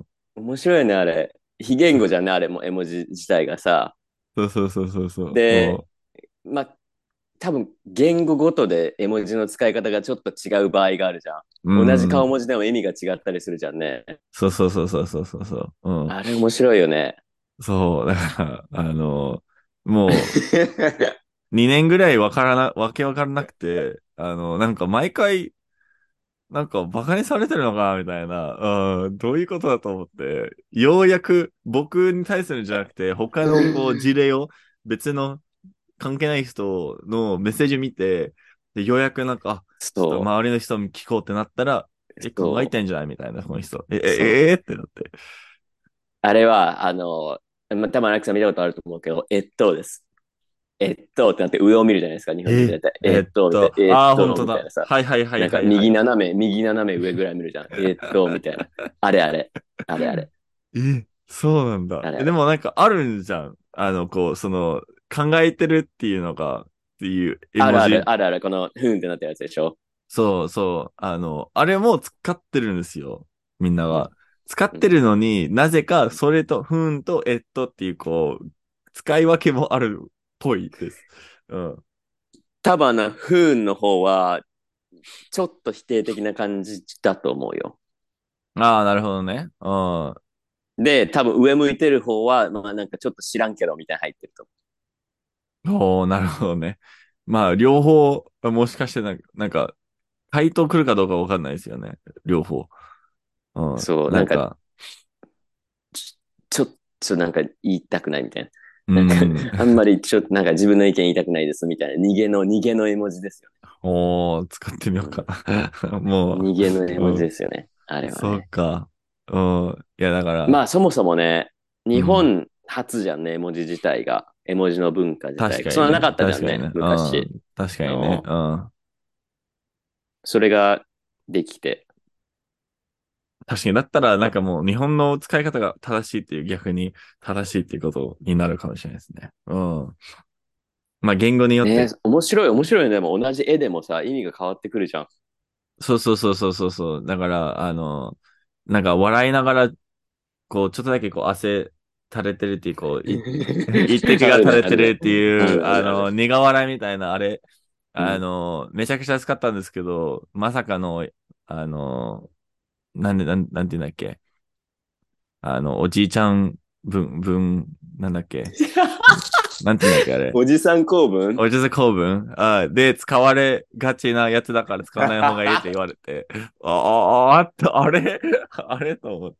Speaker 2: 面白いね、あれ。非言語じゃんね、あれも、絵文字自体がさ。
Speaker 1: そうそうそうそうそう。
Speaker 2: で、
Speaker 1: う
Speaker 2: まあ、多分、言語ごとで絵文字の使い方がちょっと違う場合があるじゃ
Speaker 1: ん。
Speaker 2: ん。同じ
Speaker 1: うん。
Speaker 2: 顔文字でも意味が違ったりするじゃんね。
Speaker 1: そうそうそうそうそうそうそう。うん。
Speaker 2: あれ面白いよね。
Speaker 1: そう、だから、あの、もう、にねんぐらいわからな、わけわからなくて、あの、なんか毎回、なんかバカにされてるのかなみたいな、うん、どういうことだと思って、ようやく僕に対するんじゃなくて、他のこう事例を、別の関係ない人のメッセージ見て、で、ようやくなんか、あ、ちょっと
Speaker 2: そ
Speaker 1: 周りの人に聞こうってなったら、
Speaker 2: う、
Speaker 1: え、考え
Speaker 2: そう、
Speaker 1: てんじゃないみたいな、この人。え、え、
Speaker 2: そう。
Speaker 1: えーってなって。
Speaker 2: あれは、あの、まあ、多分、アレクさん見たことあると思うけど、越冬です。越冬ってなって上を見るじゃないですか、日本人
Speaker 1: え、
Speaker 2: で大体。
Speaker 1: えっ
Speaker 2: 越冬みたい
Speaker 1: と、
Speaker 2: な、越
Speaker 1: ああ、本当だ。
Speaker 2: 冬みたいなさ。
Speaker 1: はいはいはい
Speaker 2: なんか
Speaker 1: はいはい。
Speaker 2: 右斜め、右斜め上ぐらい見るじゃん。越冬みたいな。あれあれ。あれあれ。
Speaker 1: え、そうなんだ。え、で
Speaker 2: あれあれ。
Speaker 1: もなんかあるんじゃん。あの、こう、その、考えてるっていうのが、っていう絵
Speaker 2: あるある、
Speaker 1: 文字。
Speaker 2: あるある、この、ふーんってなったやつでしょ。
Speaker 1: そうそう。あの、あれも使ってるんですよ。みんなが。
Speaker 2: うん。
Speaker 1: 使って
Speaker 2: うん。
Speaker 1: るのになぜか、それと、ふーんと、えっとっていう、こう、 使い分けもあるっぽいです。うん。
Speaker 2: 多分あの、不運の方は、ちょっと否定的な感じだと思うよ。
Speaker 1: ああ、なるほどね。うん。
Speaker 2: で、多分上向いてる方は、まあなんかちょっと知らんけどみたいな入ってると
Speaker 1: おー、なるほどね。まあ、両方、もしかしてなんか、なんか、回答来るかどうかわかんないですよね。両方。う
Speaker 2: 思う。
Speaker 1: ん。
Speaker 2: そう、なんか、
Speaker 1: なんか、
Speaker 2: ちちょっとなんか言いたくないみたいな。
Speaker 1: う
Speaker 2: なんか、
Speaker 1: ん。
Speaker 2: あんまりちょっとなんか自分の意見言いたくないですみたいな。逃げの、逃げの絵文字ですよ
Speaker 1: おー、使ってみようか
Speaker 2: ね。
Speaker 1: な。
Speaker 2: うん、
Speaker 1: も
Speaker 2: 逃げの絵
Speaker 1: う、
Speaker 2: 文字
Speaker 1: うん。
Speaker 2: ですよね。あれは
Speaker 1: そう
Speaker 2: ね。
Speaker 1: か。うん。いや、だから、
Speaker 2: まあそもそもね、日
Speaker 1: うん。
Speaker 2: 本初じゃんね、絵文字自体が。絵文字の文化自体が。
Speaker 1: 確かにね。
Speaker 2: そんななかったじゃんね、
Speaker 1: 確かにね。う
Speaker 2: 昔。
Speaker 1: ん。確かにね。
Speaker 2: うん、
Speaker 1: うん。
Speaker 2: それができて。
Speaker 1: 確かに、だったら、なん
Speaker 2: あ
Speaker 1: かもう、日本の使い方が正しいっていう、逆に正しいっていうことになるかもしれないですね。うん。まあ、言語によっ
Speaker 2: ね、
Speaker 1: て、
Speaker 2: 面白い、面白いね。でも同じ絵でもさ、意味が変わってくるじゃん。
Speaker 1: そうそうそうそうそうそう。だから、あの、なんか笑いながら、こう、ちょっとだけこう、汗垂れてるっていう、こう、い一滴が
Speaker 2: あるね、
Speaker 1: 垂れてる
Speaker 2: あるね。
Speaker 1: っていう、
Speaker 2: あるあ
Speaker 1: あの、
Speaker 2: るある。
Speaker 1: 苦笑いみたいな、あれ、あ
Speaker 2: うん。
Speaker 1: の、めちゃくちゃ使ったんですけど、まさかの、あの、なんで、なん、なんて言うんだっけ。あの、おじいちゃん分、分、なんだっけ。なんて言うんだっけ、あれ。
Speaker 2: おじさん公文。
Speaker 1: おじさん構文あで、使われがちなやつだから使わない方がいいって言われて、ああ、ああ、ああれあれと思って。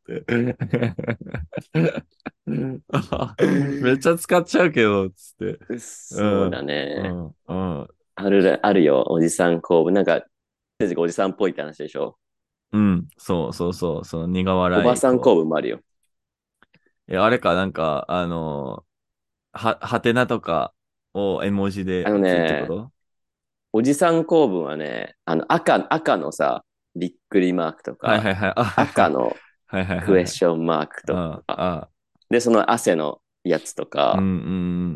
Speaker 1: あめっちゃ使っちゃうけど、つって。う
Speaker 2: そうだ
Speaker 1: ん、う
Speaker 2: ね。
Speaker 1: ん、うん。
Speaker 2: ある、あるよ、おじさん公文。なんか、おじさんっぽいって話でしょ。
Speaker 1: うん、そうそうそう、その苦笑い、
Speaker 2: おばさん公
Speaker 1: こ
Speaker 2: 文もあるよ。
Speaker 1: う。え、あれか、なんか、あの、は、はてなとかを絵文字で
Speaker 2: あの
Speaker 1: 打つってこ
Speaker 2: ね、
Speaker 1: と？
Speaker 2: おじさん公文はね、あの赤、赤のさ、びっくりマークとか、
Speaker 1: はいはいはい。あ、はいはい。
Speaker 2: 赤の
Speaker 1: はいはいはいはい。
Speaker 2: クエスチョンマークと
Speaker 1: あ
Speaker 2: か、
Speaker 1: あ、
Speaker 2: で、その汗のやつと
Speaker 1: うん
Speaker 2: か、
Speaker 1: うん。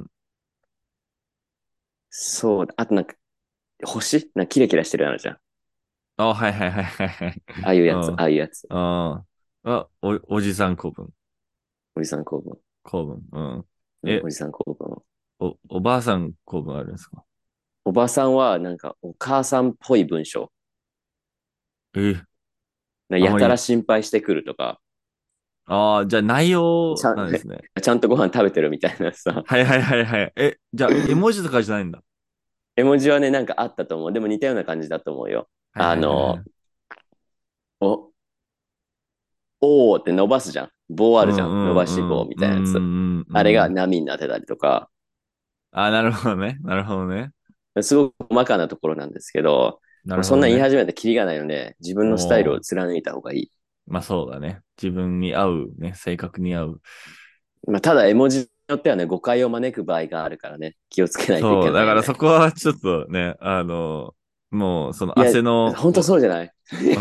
Speaker 2: そうだ、あとなんか、星なんかキラキラしてるやつじゃん。
Speaker 1: あ、はいはいはいはいはい。
Speaker 2: ああいうやつ、
Speaker 1: うん。
Speaker 2: ああいうやつ。
Speaker 1: ああ、お、おじさん構文。
Speaker 2: おじさん公文。
Speaker 1: 構文。うん。
Speaker 2: うん、
Speaker 1: え、
Speaker 2: おじさん公文。
Speaker 1: お、おばあさん構文あるんですか？
Speaker 2: おばさんは、なんか、お母さんっぽい文章。
Speaker 1: え、
Speaker 2: なやたら
Speaker 1: あまり、
Speaker 2: 心配してくるとか、
Speaker 1: ああ、じゃあ内容
Speaker 2: ちゃん、
Speaker 1: なんですね。
Speaker 2: ちゃんとご飯食べてるみたいなさ。
Speaker 1: はいはいはいはい。え、じゃあ絵文字とかじゃないんだ。
Speaker 2: 絵文字はね、なんかあったと思う。でも似たような感じだと思うよ。
Speaker 1: はい
Speaker 2: あの、
Speaker 1: はいはいはい。
Speaker 2: お、おーって伸ばすじゃん。棒あ
Speaker 1: う
Speaker 2: るじゃん。伸ばし棒
Speaker 1: んうんう
Speaker 2: みたいなやつ。
Speaker 1: んうんう
Speaker 2: あれが
Speaker 1: んうん。
Speaker 2: 波になってたりとか、
Speaker 1: ああ、なるほどね。なるほどね。
Speaker 2: すごく細かなところなんですけど、
Speaker 1: な
Speaker 2: もうそんな言い
Speaker 1: るほどね。
Speaker 2: 始めたらキリがないので、自分のスタイルを
Speaker 1: おー。
Speaker 2: 貫いた方がいい。
Speaker 1: まあそうだね。自分に合うね、性格に合う。
Speaker 2: まあ、ただ絵文字によってはね、誤解を招く場合があるからね、気をつけないといけ
Speaker 1: そう、だからそ
Speaker 2: ないよね。
Speaker 1: こはちょっとね、あの、もうその
Speaker 2: いや、
Speaker 1: 汗の、
Speaker 2: 本当
Speaker 1: お
Speaker 2: そうじゃない？
Speaker 1: うん。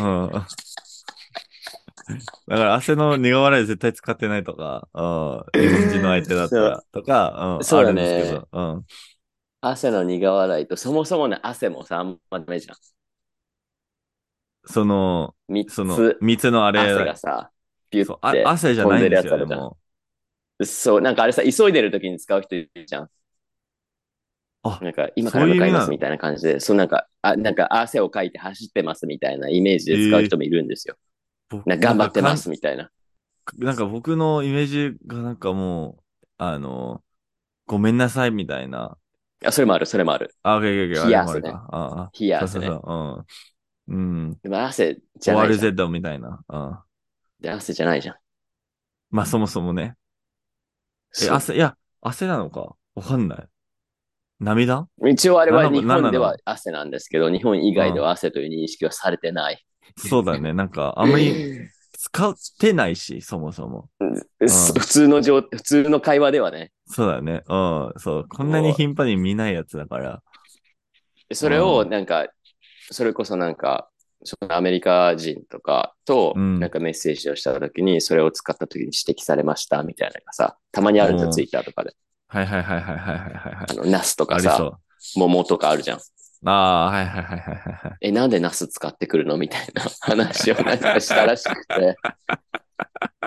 Speaker 1: だから汗の苦笑い絶対使ってないとか、うん、日本人の相手だった
Speaker 2: そう、
Speaker 1: らとか、うん、
Speaker 2: そうだ
Speaker 1: あるんですけ
Speaker 2: ね。
Speaker 1: ど、うん。
Speaker 2: 汗の苦笑いと、そもそもね、汗もさ、あんまダメじゃん。
Speaker 1: その、
Speaker 2: 三
Speaker 1: その、
Speaker 2: つ、
Speaker 1: 三つのあ
Speaker 2: 汗
Speaker 1: れ、
Speaker 2: がさ、ピュっ
Speaker 1: そう、あ、
Speaker 2: て
Speaker 1: 汗じゃ
Speaker 2: 飛んでる
Speaker 1: ないんですよね、
Speaker 2: やつあるじゃん。
Speaker 1: も
Speaker 2: そう、なんかあれさ、急いでる時に使う人いるじゃん。
Speaker 1: う。あ、
Speaker 2: なんか、今か
Speaker 1: そう
Speaker 2: ら向
Speaker 1: いう意味なの？
Speaker 2: かいますみたいな感じで、そうなんか、あ、なんか汗をかいて走ってますみたいなイメージで使う
Speaker 1: ええ
Speaker 2: 人もいるんですよ。
Speaker 1: 僕、
Speaker 2: なんか
Speaker 1: なん
Speaker 2: 頑張ってま
Speaker 1: かかん、
Speaker 2: すみたいな。
Speaker 1: なんか僕のイメージがなんかもう、あの、ごめんなさいみたいな。
Speaker 2: あ、それもある、それもある。
Speaker 1: あ、オッケーオッケーオッケー、あ
Speaker 2: 冷や汗ね。
Speaker 1: れもあれか。ああ、
Speaker 2: 冷や汗ね。
Speaker 1: そうそうそう、うん。うん。
Speaker 2: でも汗じゃないじゃん。
Speaker 1: オーアールゼット みたいな。うん。
Speaker 2: で、汗じゃないじゃん。
Speaker 1: まあそもそもね。え、
Speaker 2: そ
Speaker 1: 汗、いや、汗なのかわかんない。涙
Speaker 2: う。一応あれ
Speaker 1: なんなの、
Speaker 2: は日本では
Speaker 1: なんなの？
Speaker 2: 汗なんですけど、日本以
Speaker 1: うん。
Speaker 2: 外では汗という認識はされてない。
Speaker 1: そうだね。なんか、あんまり使ってないし、そもそも。う
Speaker 2: そ普
Speaker 1: ん。
Speaker 2: 通の状、普通の会話ではね。
Speaker 1: そうだね。うん。そう。こんなに
Speaker 2: こ
Speaker 1: 頻繁に見ないやつだから。
Speaker 2: う、それを
Speaker 1: うん。
Speaker 2: なんか、それこそなんか、そのアメリカ人とかとなん
Speaker 1: うん。
Speaker 2: かメッセージをしたときに、それを使ったときに指摘されましたみたいなのがさ、たまにあるんですよ、ツイ
Speaker 1: うん。
Speaker 2: ッターとかで。
Speaker 1: はいはいはいはいはいはいはいはい。
Speaker 2: あの、ナスとかさ、
Speaker 1: ありそ
Speaker 2: 桃とかあるじゃん。
Speaker 1: う。ああ、はいはいはいはいはいはい。
Speaker 2: え、なんでナス使ってくるのみたいな話をなんかしたらしくて。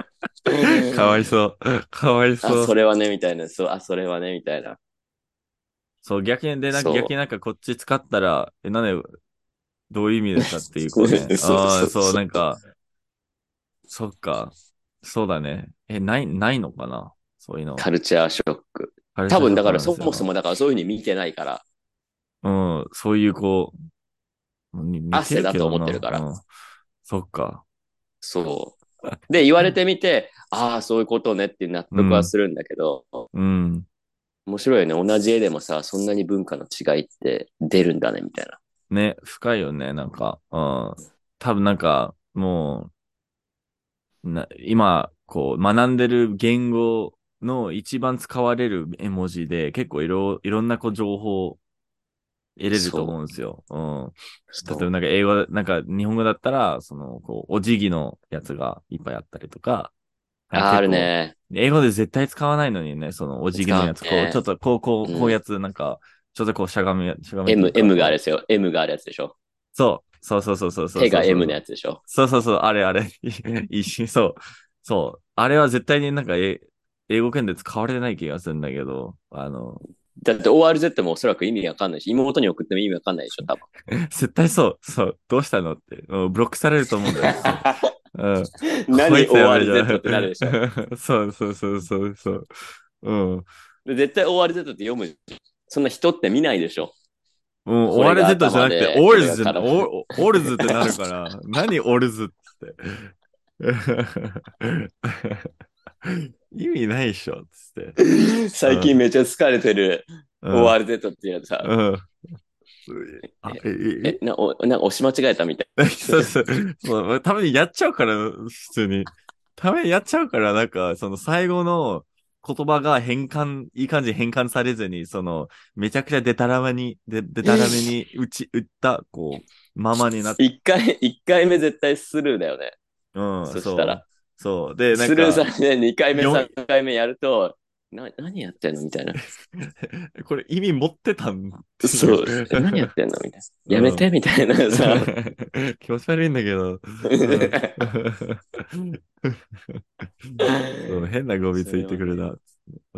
Speaker 1: かわいそう。かわい
Speaker 2: あ、
Speaker 1: そう。
Speaker 2: それはね、みたいな。そう、あ、それはね、みたいな。
Speaker 1: そう、逆に、で、なんか逆
Speaker 2: そ
Speaker 1: になんかこっち使ったら、え、なんで、どういう意味
Speaker 2: う。
Speaker 1: ですかっていう、こうね。
Speaker 2: そう
Speaker 1: ああ、
Speaker 2: そう
Speaker 1: そう、
Speaker 2: そう。
Speaker 1: なんか、そっか。そうだね。え、ない、ないのかなそういうの。
Speaker 2: カルチャーショック。
Speaker 1: カルチャーショック
Speaker 2: 多分だから
Speaker 1: なんですよ。
Speaker 2: そもそもだからそういうふうに見てないから、
Speaker 1: うん、そういうこう、に似てる
Speaker 2: 汗だと
Speaker 1: けどな。
Speaker 2: 思ってるから。
Speaker 1: うん。そっか。
Speaker 2: そう。で、言われてみて、ああ、そういうことねって納
Speaker 1: うん、
Speaker 2: 得はするんだけど、
Speaker 1: うん。
Speaker 2: 面白いよね。同じ絵でもさ、そんなに文化の違いって出るんだね、みたいな。
Speaker 1: ね、深いよね、なんか。うん。多分なんか、もう、な、今、こう、学んでる言語の一番使われる絵文字で、結構いろ、いろんなこう情報を得れると思
Speaker 2: そう。
Speaker 1: うんですよ。うん。例えば
Speaker 2: そう。
Speaker 1: なんか英語、なんか日本語だったら、その、こう、お辞儀のやつがいっぱいあったりとか、なんか
Speaker 2: あ、ある
Speaker 1: 結構、
Speaker 2: ね。
Speaker 1: 英語で絶対使わないのにね、そのお辞儀の
Speaker 2: 使
Speaker 1: やつ、こう、ちょ
Speaker 2: うね。
Speaker 1: っと、こう、こう、こういうや
Speaker 2: うん。
Speaker 1: つ、なんか、ちょっとこう、しゃがみ、しゃがみとい
Speaker 2: M、
Speaker 1: うか、
Speaker 2: M があれ
Speaker 1: こう、
Speaker 2: ですよ。M があるやつでしょ。
Speaker 1: そう、そうそうそうそうそう
Speaker 2: 手が
Speaker 1: そうそ
Speaker 2: M
Speaker 1: う。
Speaker 2: のやつでしょ。
Speaker 1: そうそうそう、あれあれ、一瞬、そう、そう。あれは絶対になんか、え、英語圏で使われてない気がするんだけど、あの、
Speaker 2: だって オーアールゼット もおそらく意味わかんないし、妹に送っても意味わかんないでしょ、多分。
Speaker 1: 絶対そう、そう、どうしたのって、もうブロックされると思うんだよ、普通に。うん。こい
Speaker 2: 何
Speaker 1: つやべえじゃ
Speaker 2: オーアールゼット ってなるでしょ。
Speaker 1: ん。そうそうそうそうそう。うん。
Speaker 2: で絶対 オーアールゼット って読む。そんな人って見ないでしょ。
Speaker 1: もう、
Speaker 2: これが
Speaker 1: オーアールゼット じゃなくて、
Speaker 2: 頭で、こ
Speaker 1: オールズじゃな、
Speaker 2: れが体。
Speaker 1: オオールズってなるから、何オールズっつって。意味ないでしょ、つって。う
Speaker 2: 最近め
Speaker 1: ん、
Speaker 2: っちゃ疲れてる
Speaker 1: うん、
Speaker 2: オーアールゼット ってやつさ、
Speaker 1: うん。あ、
Speaker 2: え、
Speaker 1: え、
Speaker 2: え、な、お、なんか押し間違えたみたい。
Speaker 1: え、そうそう、そう、たまにやっちゃうから、普通に。たまにやっちゃうから、なんか、その最後の言葉が変換、いい感じに変換されずに、その、めちゃくちゃデタラメに、で、デタラメに打ち、打った、こう、ままになっ、
Speaker 2: 一回、一回目絶対スルーだよね。
Speaker 1: うん、
Speaker 2: そしたら。
Speaker 1: そう、そう。で、なん
Speaker 2: スルーさ
Speaker 1: か、
Speaker 2: れて二回目、
Speaker 1: よん、
Speaker 2: 三回目やると、な、何やってんのみたいな。
Speaker 1: これ意味持ってたんっていう。
Speaker 2: そう。え何やってんのみたいな。やめ
Speaker 1: うん。
Speaker 2: てみたいなさ。
Speaker 1: 気持ち悪いんだけど。うん。そう、変な語尾つい
Speaker 2: それはね。
Speaker 1: てくるな。うん。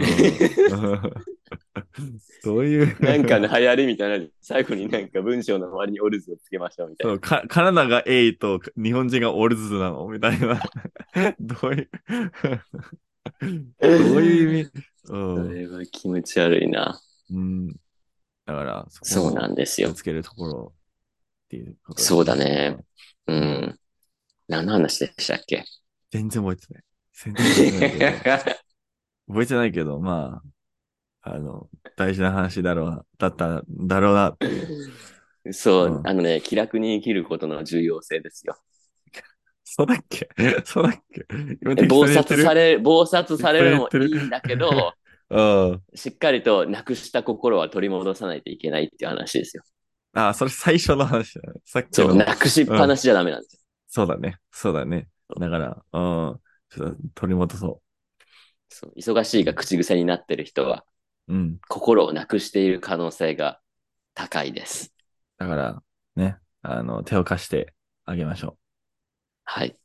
Speaker 1: どういう
Speaker 2: なんかの流行りみたいな、最後になんか文章の終わりにオルズをつけましょうみたいな。
Speaker 1: そう、か、カナダが A と日本人がオルズなのみたいな。どういうどういう意味うん。
Speaker 2: それは気持ち悪いな。
Speaker 1: うん。だから、そこ
Speaker 2: そうな
Speaker 1: の
Speaker 2: んですよ。
Speaker 1: 気をつけるところっていうことです
Speaker 2: そうだ
Speaker 1: ね。
Speaker 2: ね。う
Speaker 1: うん。
Speaker 2: ん。何の話でしたっけ？
Speaker 1: 全然覚えてない。全然覚えてないけど、覚えてないけど、まあ、あの、大事な話だろうな、だった、だろうなっていう。
Speaker 2: そう、
Speaker 1: うん。
Speaker 2: あのね、気楽に生きることの重要性ですよ。
Speaker 1: そうだっけそうだっけ今適当
Speaker 2: 暴
Speaker 1: に言ってる
Speaker 2: 殺され、暴殺さ
Speaker 1: 適当
Speaker 2: れるのも
Speaker 1: に言ってる
Speaker 2: いいんだけど、
Speaker 1: うん。
Speaker 2: しっかりとなくした心は取り戻さないといけないっていう話ですよ。
Speaker 1: あ、それ最初の話だね。さっき
Speaker 2: そう、
Speaker 1: の、
Speaker 2: なくしっ
Speaker 1: うん。
Speaker 2: ぱなしじゃダメなんですよ。
Speaker 1: そうだね。そうだね。だから、うん。ちょっと取り戻そ
Speaker 2: そう、忙しいが口癖になってる人は、
Speaker 1: う。うん。
Speaker 2: 心をなくしている可能性が高いです。
Speaker 1: だから、ね、あの、手を貸してあげましょう。
Speaker 2: はい。